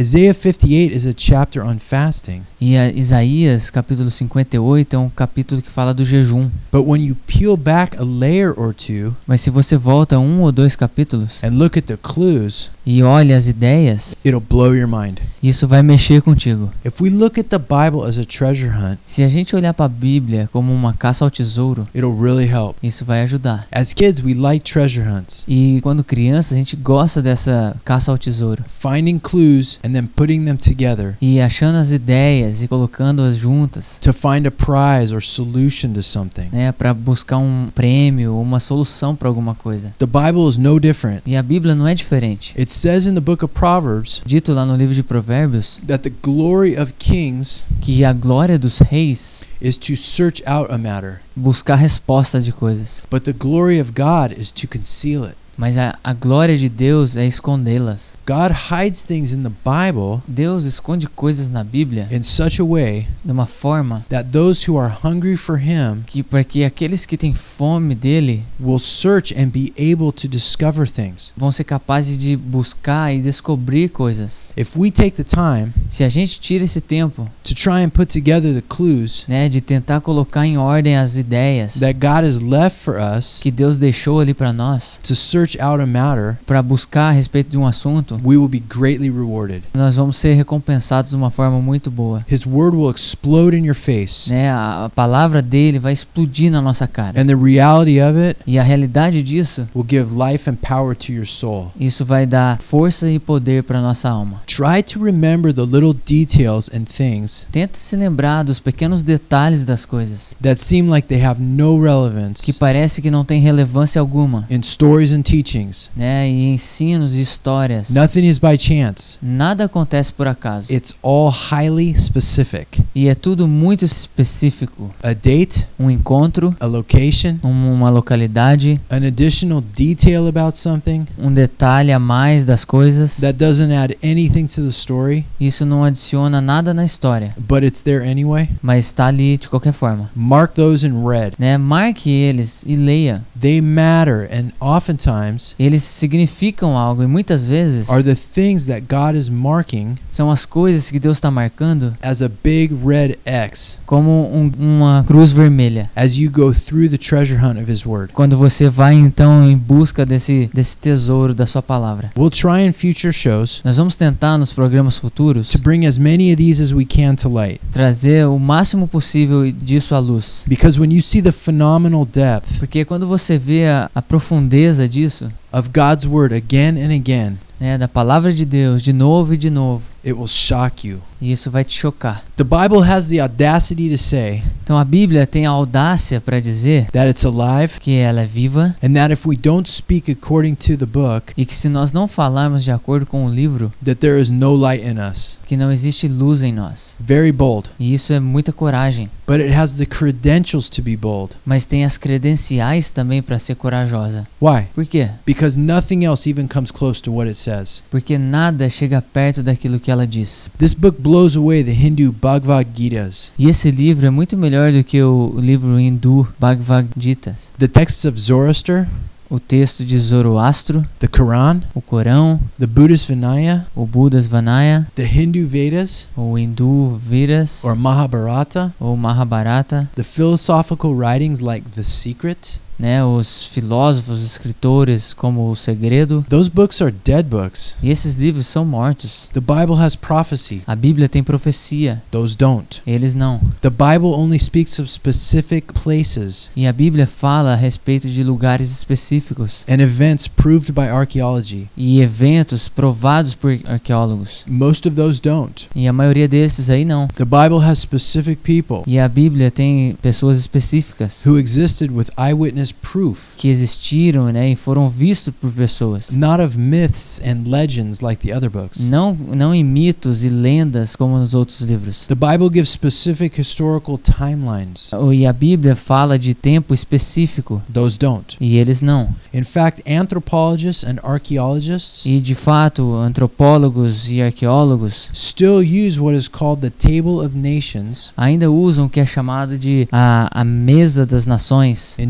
Isaiah fifty-eight is a chapter on fasting. E a Isaías capítulo cinquenta e oito é um capítulo que fala do jejum. But when you peel back a layer or two Mas se você volta um ou dois capítulos and look at the clues, e olha as ideias, it'll blow your mind. isso vai mexer contigo. If we look at the Bible as a treasure hunt, Se a gente olhar para a Bíblia como uma caça ao tesouro, it'll really help. isso vai ajudar. As kids, we like treasure hunts. E quando criança, a gente gosta dessa caça ao tesouro. Finding clues and then putting them together E achando as ideias e colocando-as juntas, to find a prize or solution to something. né, para buscar um prêmio ou uma solução para alguma coisa. The Bible is no different. E a Bíblia não é diferente. It says in the book of Proverbs Dito lá no livro de Provérbios that the glory of kings que a glória dos reis is to search out a matter, buscar resposta de coisas, but the glory of God is to conceal it. mas a, a glória de Deus é escondê-las. God hides things in the Bible Deus esconde coisas na Bíblia in such a way de uma forma that those who are hungry for Him que para que aqueles que têm fome dele will search and be able to discover things. vão ser capazes de buscar e descobrir coisas. If we take the time Se a gente tira esse tempo, to try and put together the clues né, de tentar colocar em ordem as ideias that God has left for us que Deus deixou ali para nós, to search out a matter, para buscar a respeito de um assunto, we will be greatly rewarded. nós vamos ser recompensados de uma forma muito boa. His word will explode in your face, Né, a, a palavra dele vai explodir na nossa cara. and the reality of it E a realidade disso, will give life and power to your soul. isso vai dar força e poder para nossa alma. Try to remember the little details and things Tenta se lembrar dos pequenos detalhes das coisas that seem like they have no que relevance parece que não tem relevância alguma, in stories and teachings. né, e ensinos e histórias. Nothing is by chance. Nada acontece por acaso. It's all highly specific. E é tudo muito específico. A date, Um encontro, a location, um- uma localidade, an additional detail about something um detalhe a mais das coisas. that doesn't add anything to the story, Isso não adiciona nada na história, but it's there anyway. mas está ali de qualquer forma. Mark those in red. Né? Marque eles e leia. They matter, and oftentimes Eles significam algo e muitas vezes are the things that God is marking são as coisas que Deus está marcando as a big red X como um- uma cruz vermelha. as you go through the treasure hunt of His Word. Quando você vai então em busca desse, desse tesouro da sua palavra. We'll try in future shows Nós vamos tentar nos programas futuros to bring as many of these as we can to light. trazer o máximo possível disso à luz. Because when you see the phenomenal depth Porque quando você vê a, a profundeza disso, of God's Word again and again, né, da palavra de Deus, de novo e de novo, it will shock you. e isso vai te chocar. The Bible has the audacity to say Então a Bíblia tem a audácia para dizer that it's alive, que ela é viva and that if we don't speak according to the book, e que se nós não falarmos de acordo com o livro, that there is no light in us. que não existe luz em nós. Very bold. E isso é muita coragem, But it has the credentials to be bold. mas tem as credenciais também para ser corajosa. Why? Por quê? Because nothing else even comes close to what it says. Porque nada chega perto daquilo que ela diz. This book blows away the Hindu Bhagavad Gitas, E esse livro é muito melhor do que o livro hindu Bhagavad Gita, the texts of Zoroaster, o texto de Zoroastro, the Quran, o Corão, the Buddhist Vinaya, o Budas Vanaya, the Hindu Vedas, o Hindu Viras, or Mahabharata, ou Mahabharata, the philosophical writings like The Secret. né, os filósofos, escritores como O Segredo. Those books are dead books. E esses livros são mortos. The Bible has prophecy. A Bíblia tem profecia, Those don't. eles não. The Bible only speaks of specific places E a Bíblia fala a respeito de lugares específicos and events proved by archaeology. e eventos provados por arqueólogos. Most of those don't. E a maioria desses aí não. The Bible has specific people E a Bíblia tem pessoas específicas who existed with eyewitness proof, que existiram, né, e foram vistos por pessoas. not of myths and legends like the other books. Não, não em mitos e lendas como nos outros livros. The Bible gives specific historical timelines. E a Bíblia fala de tempo específico Those don't. e eles não. In fact, anthropologists and archaeologists E de fato, antropólogos e arqueólogos still use what is called the Table of Nations ainda usam o que é chamado de a, a mesa das nações in Genesis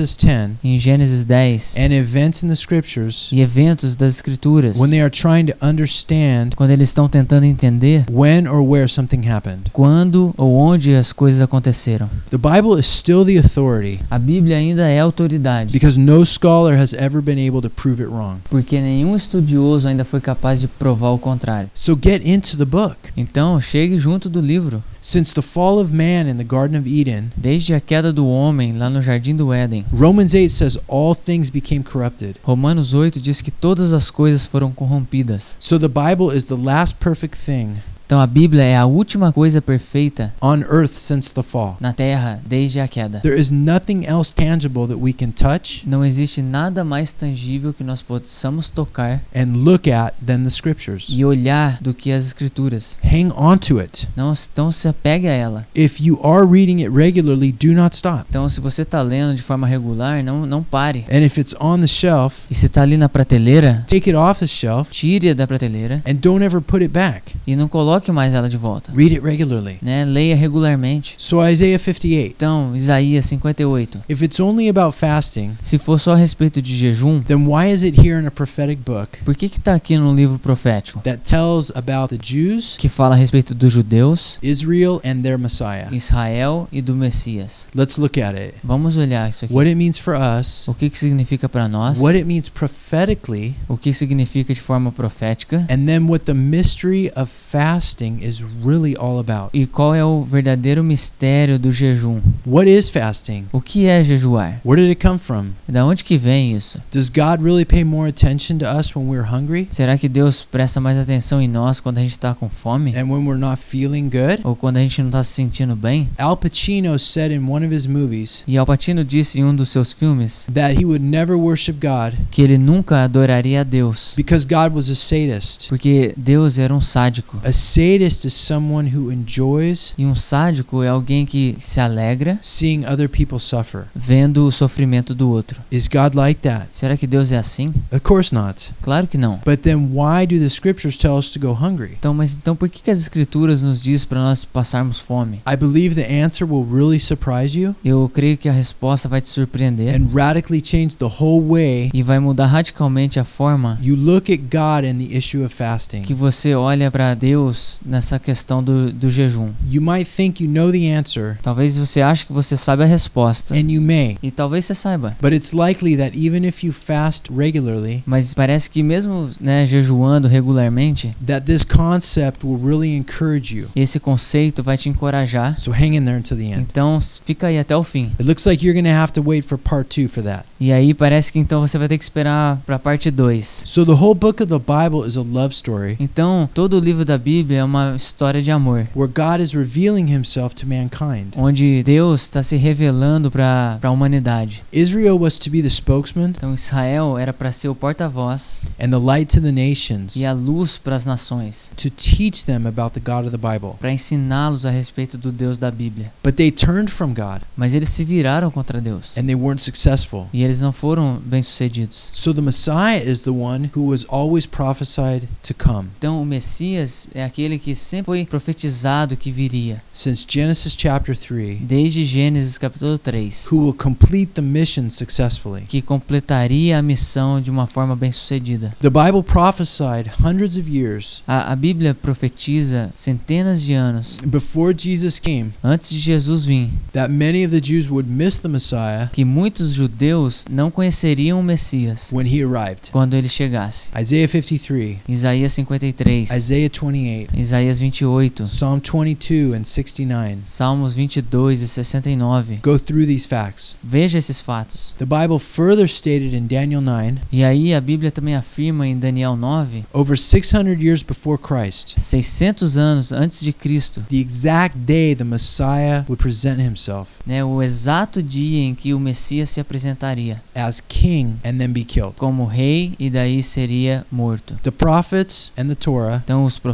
Genesis ten em Gênesis dez, and events in the scriptures, e eventos das escrituras, when they are trying to understand quando eles estão tentando entender when or where something happened, quando ou onde as coisas aconteceram. the Bible is still the authority A Bíblia ainda é autoridade, because no scholar has ever been able to prove it wrong. porque nenhum estudioso ainda foi capaz de provar o contrário. So get into the book. Então, chegue junto do livro. Since the fall of man in the Garden of Eden, Desde a queda do homem lá no Jardim do Éden, Romans eight says all things became corrupted. Romanos oito diz que todas as coisas foram corrompidas. So the Bible is the last perfect thing Então a Bíblia é a última coisa perfeita on earth since the fall. na Terra desde a queda. There is nothing else tangible that we can touch Não existe nada mais tangível que nós possamos tocar and look at than the scriptures. e olhar do que as Escrituras. Hang on to it. Não, então se apegue a ela. If you are reading it regularly, do not stop. Então se você está lendo de forma regular, não, não pare. And if it's on the shelf, E se está ali na prateleira, take it off the shelf tire-a da prateleira and don't ever put it back. e não coloque mais ela de volta. Read it regularly. Né? Leia regularmente. So Isaiah fifty-eight. Então, Isaías cinquenta e oito. If it's only about fasting, Se for só a respeito de jejum, then why is it here in a prophetic book por que que está aqui no livro profético? that tells about the Jews, Que fala a respeito dos judeus, Israel, and their Messiah? Israel e do Messias. Let's look at it. Vamos olhar isso aqui. What it means for us, O que que significa para nós? what it means prophetically, O que significa de forma profética? and then what the mystery of fasting is really all about. E qual é o verdadeiro mistério do jejum? What is fasting? O que é jejuar? Where did it come from? Da onde que vem isso? Does God really pay more attention to us when we're hungry Será que Deus presta mais atenção em nós quando a gente está com fome? and when we're not feeling good? Ou quando a gente não está se sentindo bem? Al Pacino said in one of his movies E Al Pacino disse em um dos seus filmes that he would never worship God que ele nunca adoraria a Deus, because God was a sadist. porque Deus era um sádico. A sadist is someone who enjoys E um sádico é alguém que se alegra seeing other people suffer. vendo o sofrimento do outro. Is God like that? Será que Deus é assim? Of course not. Claro que não. But then why do the scriptures tell us to go hungry? Então, mas então por que que as escrituras nos diz para nós passarmos fome? I believe the answer will really surprise you Eu creio que a resposta vai te surpreender and radically change the whole way e vai mudar radicalmente a forma you look at God and the issue of fasting. que você olha para Deus nessa questão do, do jejum. You might think you know the answer, Talvez você ache que você sabe a resposta, and you may, e talvez você saiba. but it's likely that even if you fast regularly, Mas parece que mesmo, né, jejuando regularmente, that this concept will really encourage you. esse conceito vai te encorajar. So hang in there until the end. Então fica aí até o fim. It looks like you're going to have to wait for part two for that. E aí parece que então você vai ter que esperar para a parte dois. So the whole book of the Bible is a love story Então, todo o livro da Bíblia é uma história de amor, where God is revealing himself to mankind. onde Deus está se revelando para a humanidade. Israel was to be the spokesman Então, Israel era para ser o porta-voz and the light to the nations, e a luz para as nações, to teach them about the God of the Bible. para ensiná-los a respeito do Deus da Bíblia. But they turned from God Mas eles se viraram contra Deus and they weren't successful. e eles não foram bem-sucedidos. So the Messiah is the one who was always prophesied to come. Então, o Messias é aquele que sempre foi profetizado que viria, Since Genesis chapter three, desde Gênesis capítulo três, who will complete the mission successfully. que completaria a missão de uma forma bem-sucedida. The Bible prophesied hundreds of years A, a Bíblia profetiza centenas de anos before Jesus came antes de Jesus vir that many of the Jews would miss the Messiah que muitos judeus não conheceriam o Messias when he arrived. quando ele chegasse. Isaiah fifty-three, Isaías cinquenta e três, Isaiah twenty-eight, Isaías vinte e oito, Psalm twenty-two and sixty-nine. Salmos vinte e dois e sessenta e nove. Go through these facts. Veja esses fatos. The Bible further stated in Daniel nine, E aí a Bíblia também afirma em Daniel nove, over six hundred years before Christ, seiscentos anos antes de Cristo, the exact day the Messiah would present himself né, o exato dia em que o Messias se apresentaria as king and then be killed. como rei e daí seria morto. The prophets and the Torah Então os profetas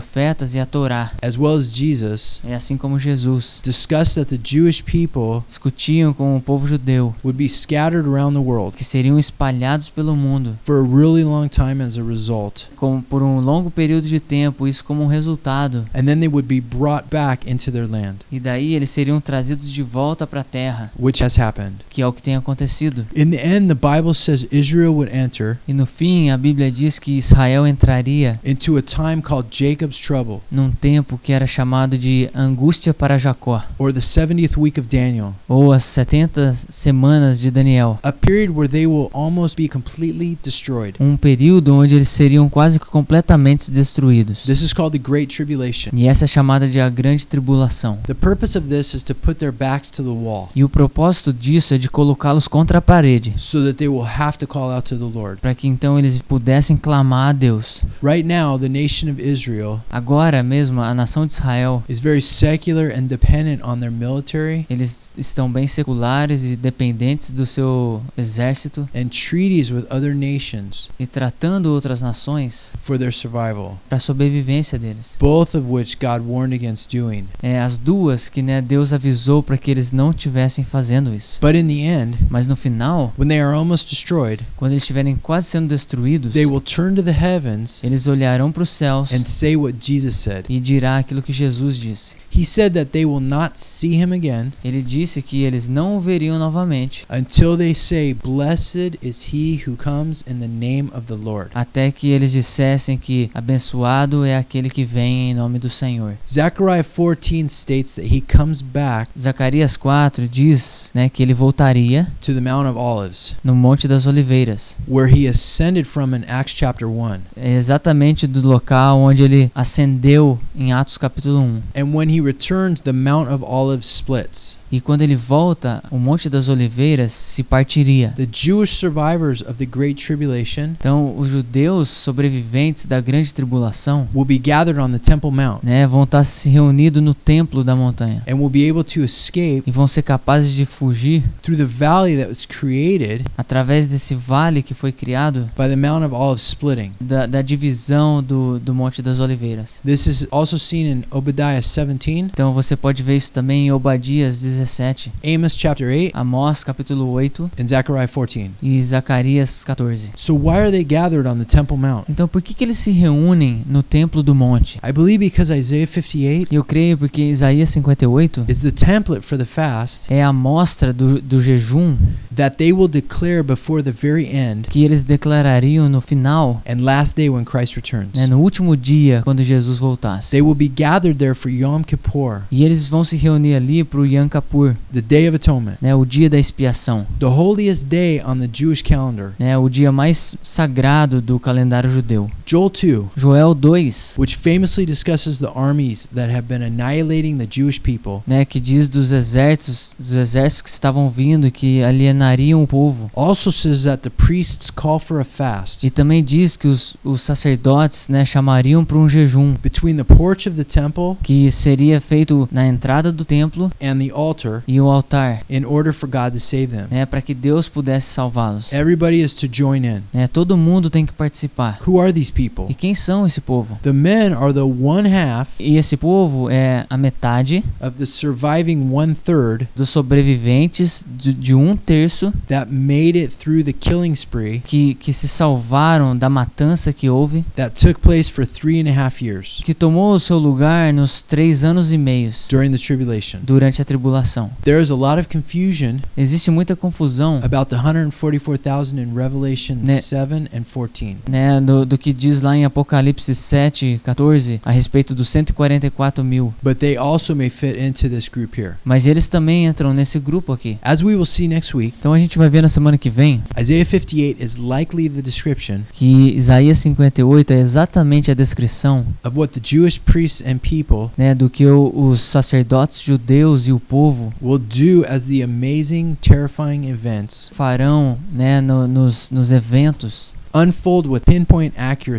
e a Torá. as well as Jesus, É assim como Jesus discussed that the Jewish people discutiam com o povo judeu, would be scattered around the world que seriam espalhados pelo mundo for a really long time as a result, como por um longo período de tempo, isso como um resultado. and then they would be brought back into their land, E daí eles seriam trazidos de volta para a terra, which has happened. que é o que tem acontecido. In the end, the Bible says Israel would enter E no fim, a Bíblia diz que Israel entraria into a time called Jacob's trouble, num tempo que era chamado de angústia para Jacó, or the seventieth week of Daniel, ou as setenta semanas de Daniel. a period where they will almost be completely destroyed. Um período onde eles seriam quase que completamente destruídos. This is called the Great Tribulation. E essa é chamada de a grande tribulação. The purpose of this is to put their backs to the wall, E o propósito disso é de colocá-los contra a parede, so that they will have to call out to the Lord. para que então eles pudessem clamar a Deus. Right now, the nation of Israel Agora mesmo, a nação de Israel, is very secular and dependent on their military eles estão bem seculares e dependentes do seu exército and treaties with other nations e tratando outras nações for their survival, para a sobrevivência deles. both of which God warned against doing. É, as duas que, né, Deus avisou para que eles não tivessem fazendo isso. But in the end, Mas no final, when they are almost destroyed, quando eles estiverem quase sendo destruídos, they will turn to the heavens eles olharão para os céus and say what Jesus said. e dirá aquilo que Jesus disse. He said that they will not see him again Ele disse que eles não o veriam novamente until they say, "Blessed is he who comes in the name of the Lord." até que eles dissessem que abençoado é aquele que vem em nome do Senhor. Zechariah fourteen states that he comes back Zacarias quatro diz, né, que ele voltaria to the Mount of Olives, no Monte das Oliveiras. where he ascended from in Acts chapter one. É exatamente do local onde ele ascendeu em Atos capítulo um. And when he returns, the Mount of Olives splits. E quando ele volta, o Monte das Oliveiras se partiria. The Jewish survivors of the Great Tribulation Então, os judeus sobreviventes da grande tribulação, will be gathered on the Temple Mount né, vão estar se reunidos no templo da montanha and will be able to escape e vão ser capazes de fugir through the valley that was created através desse vale que foi criado by the Mount of Olives splitting. da, da divisão do, do Monte das Oliveiras. This is also seen in Obadiah seventeen, Então você pode ver isso também em Obadias dezessete, Amos chapter eight, Amós capítulo oito and Zechariah fourteen. e Zacarias catorze. So why are they gathered on the Temple Mount? Então por que, que eles se reúnem no templo do monte? I believe because Isaiah fifty-eight E eu creio porque Isaías cinquenta e oito is the template for the fast é a mostra do, do jejum that they will declare before the very end que eles declarariam no final, and last day when Christ returns. né, no último dia, quando Jesus voltasse. They will be gathered there for Yom Kippur, E eles vão se reunir ali para o Yom Kippur, the Day of Atonement, né, o dia da expiação, the holiest day on the Jewish calendar. né, o dia mais sagrado do calendário judeu. Joel two, Joel dois, which famously discusses the armies that have been annihilating the Jewish people, né, que diz dos exércitos, dos exércitos que estavam vindo e que alienariam o povo. also says that the priests call for a fast E também diz que os, os sacerdotes, né, chamariam para um jejum between the porch of the temple que seria feito na entrada do templo and the altar e o altar, in order for God to save them. né, para que Deus pudesse salvá-los. Everybody is to join in. Né, todo mundo tem que participar. Who are these people? E quem são esse povo? The men are the one half E esse povo é a metade of the surviving one third dos sobreviventes de, de um terço that made it through the killing spree que, que se salvaram da matança que houve, that took place for three and a half years que tomou o seu lugar nos três anos e meios during the tribulation. durante a tribulação. There is a lot of confusion Existe muita confusão, about the one hundred forty-four thousand in Revelation Ne- seven and fourteen. né, do, do que diz lá em Apocalipse sete, catorze, a respeito dos cento e quarenta e quatro mil. But they also may fit into this group here. Mas eles também entram nesse grupo aqui. As we will see next week, Então a gente vai ver na semana que vem Isaiah fifty-eight is likely the description que Isaías cinquenta e oito é exatamente a descrição, of what the Jewish priests and people né, do que o, os sacerdotes judeus e o povo will do as the amazing, terrifying events farão, né, no, nos, nos eventos unfold with pinpoint accuracy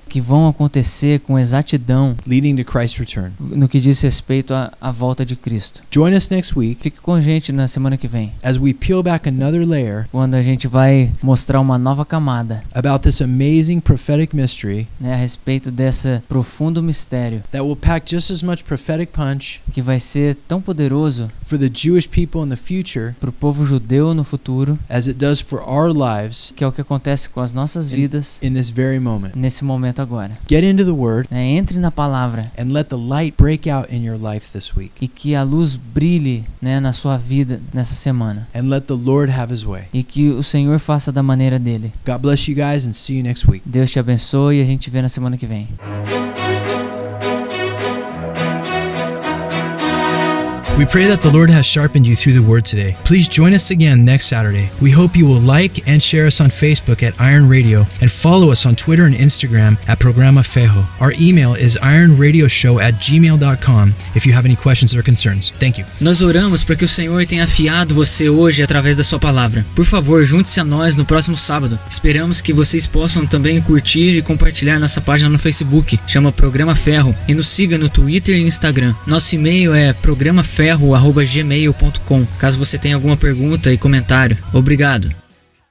que vão acontecer com exatidão leading to Christ's return. no que diz respeito à, à volta de Cristo. Join us next week Fique com a gente na semana que vem, as we peel back another layer quando a gente vai mostrar uma nova camada, about this amazing prophetic mystery né, a respeito desse profundo mistério that will pack just as much prophetic punch que vai ser tão poderoso for the Jewish people in the future para o povo judeu no futuro, as it does for our lives que é o que acontece com as nossas vidas in this very moment. nesse momento agora. Get into the Word Né, entre na palavra and let the light break out in your life this week. e que a luz brilhe, né, na sua vida nessa semana, And let the Lord have His way. e que o Senhor faça da maneira dele. God bless you guys and see you next week. Deus te abençoe e a gente vê na semana que vem. We pray that the Lord has sharpened you through the Word today. Please join us again next Saturday. We hope you will like and share us on Facebook at Iron Radio and follow us on Twitter and Instagram at Programa Ferro. Our email is ironradioshow at gmail dot com if you have any questions or concerns. Thank you. Nós oramos para que o Senhor tenha afiado você hoje através da sua palavra. Por favor, junte-se a nós no próximo sábado. Esperamos que vocês possam também curtir e compartilhar nossa página no Facebook, chama Programa Ferro, e nos siga no Twitter e Instagram. Nosso e-mail é programaferro arroba gmail ponto com, caso você tenha alguma pergunta e comentário. Obrigado.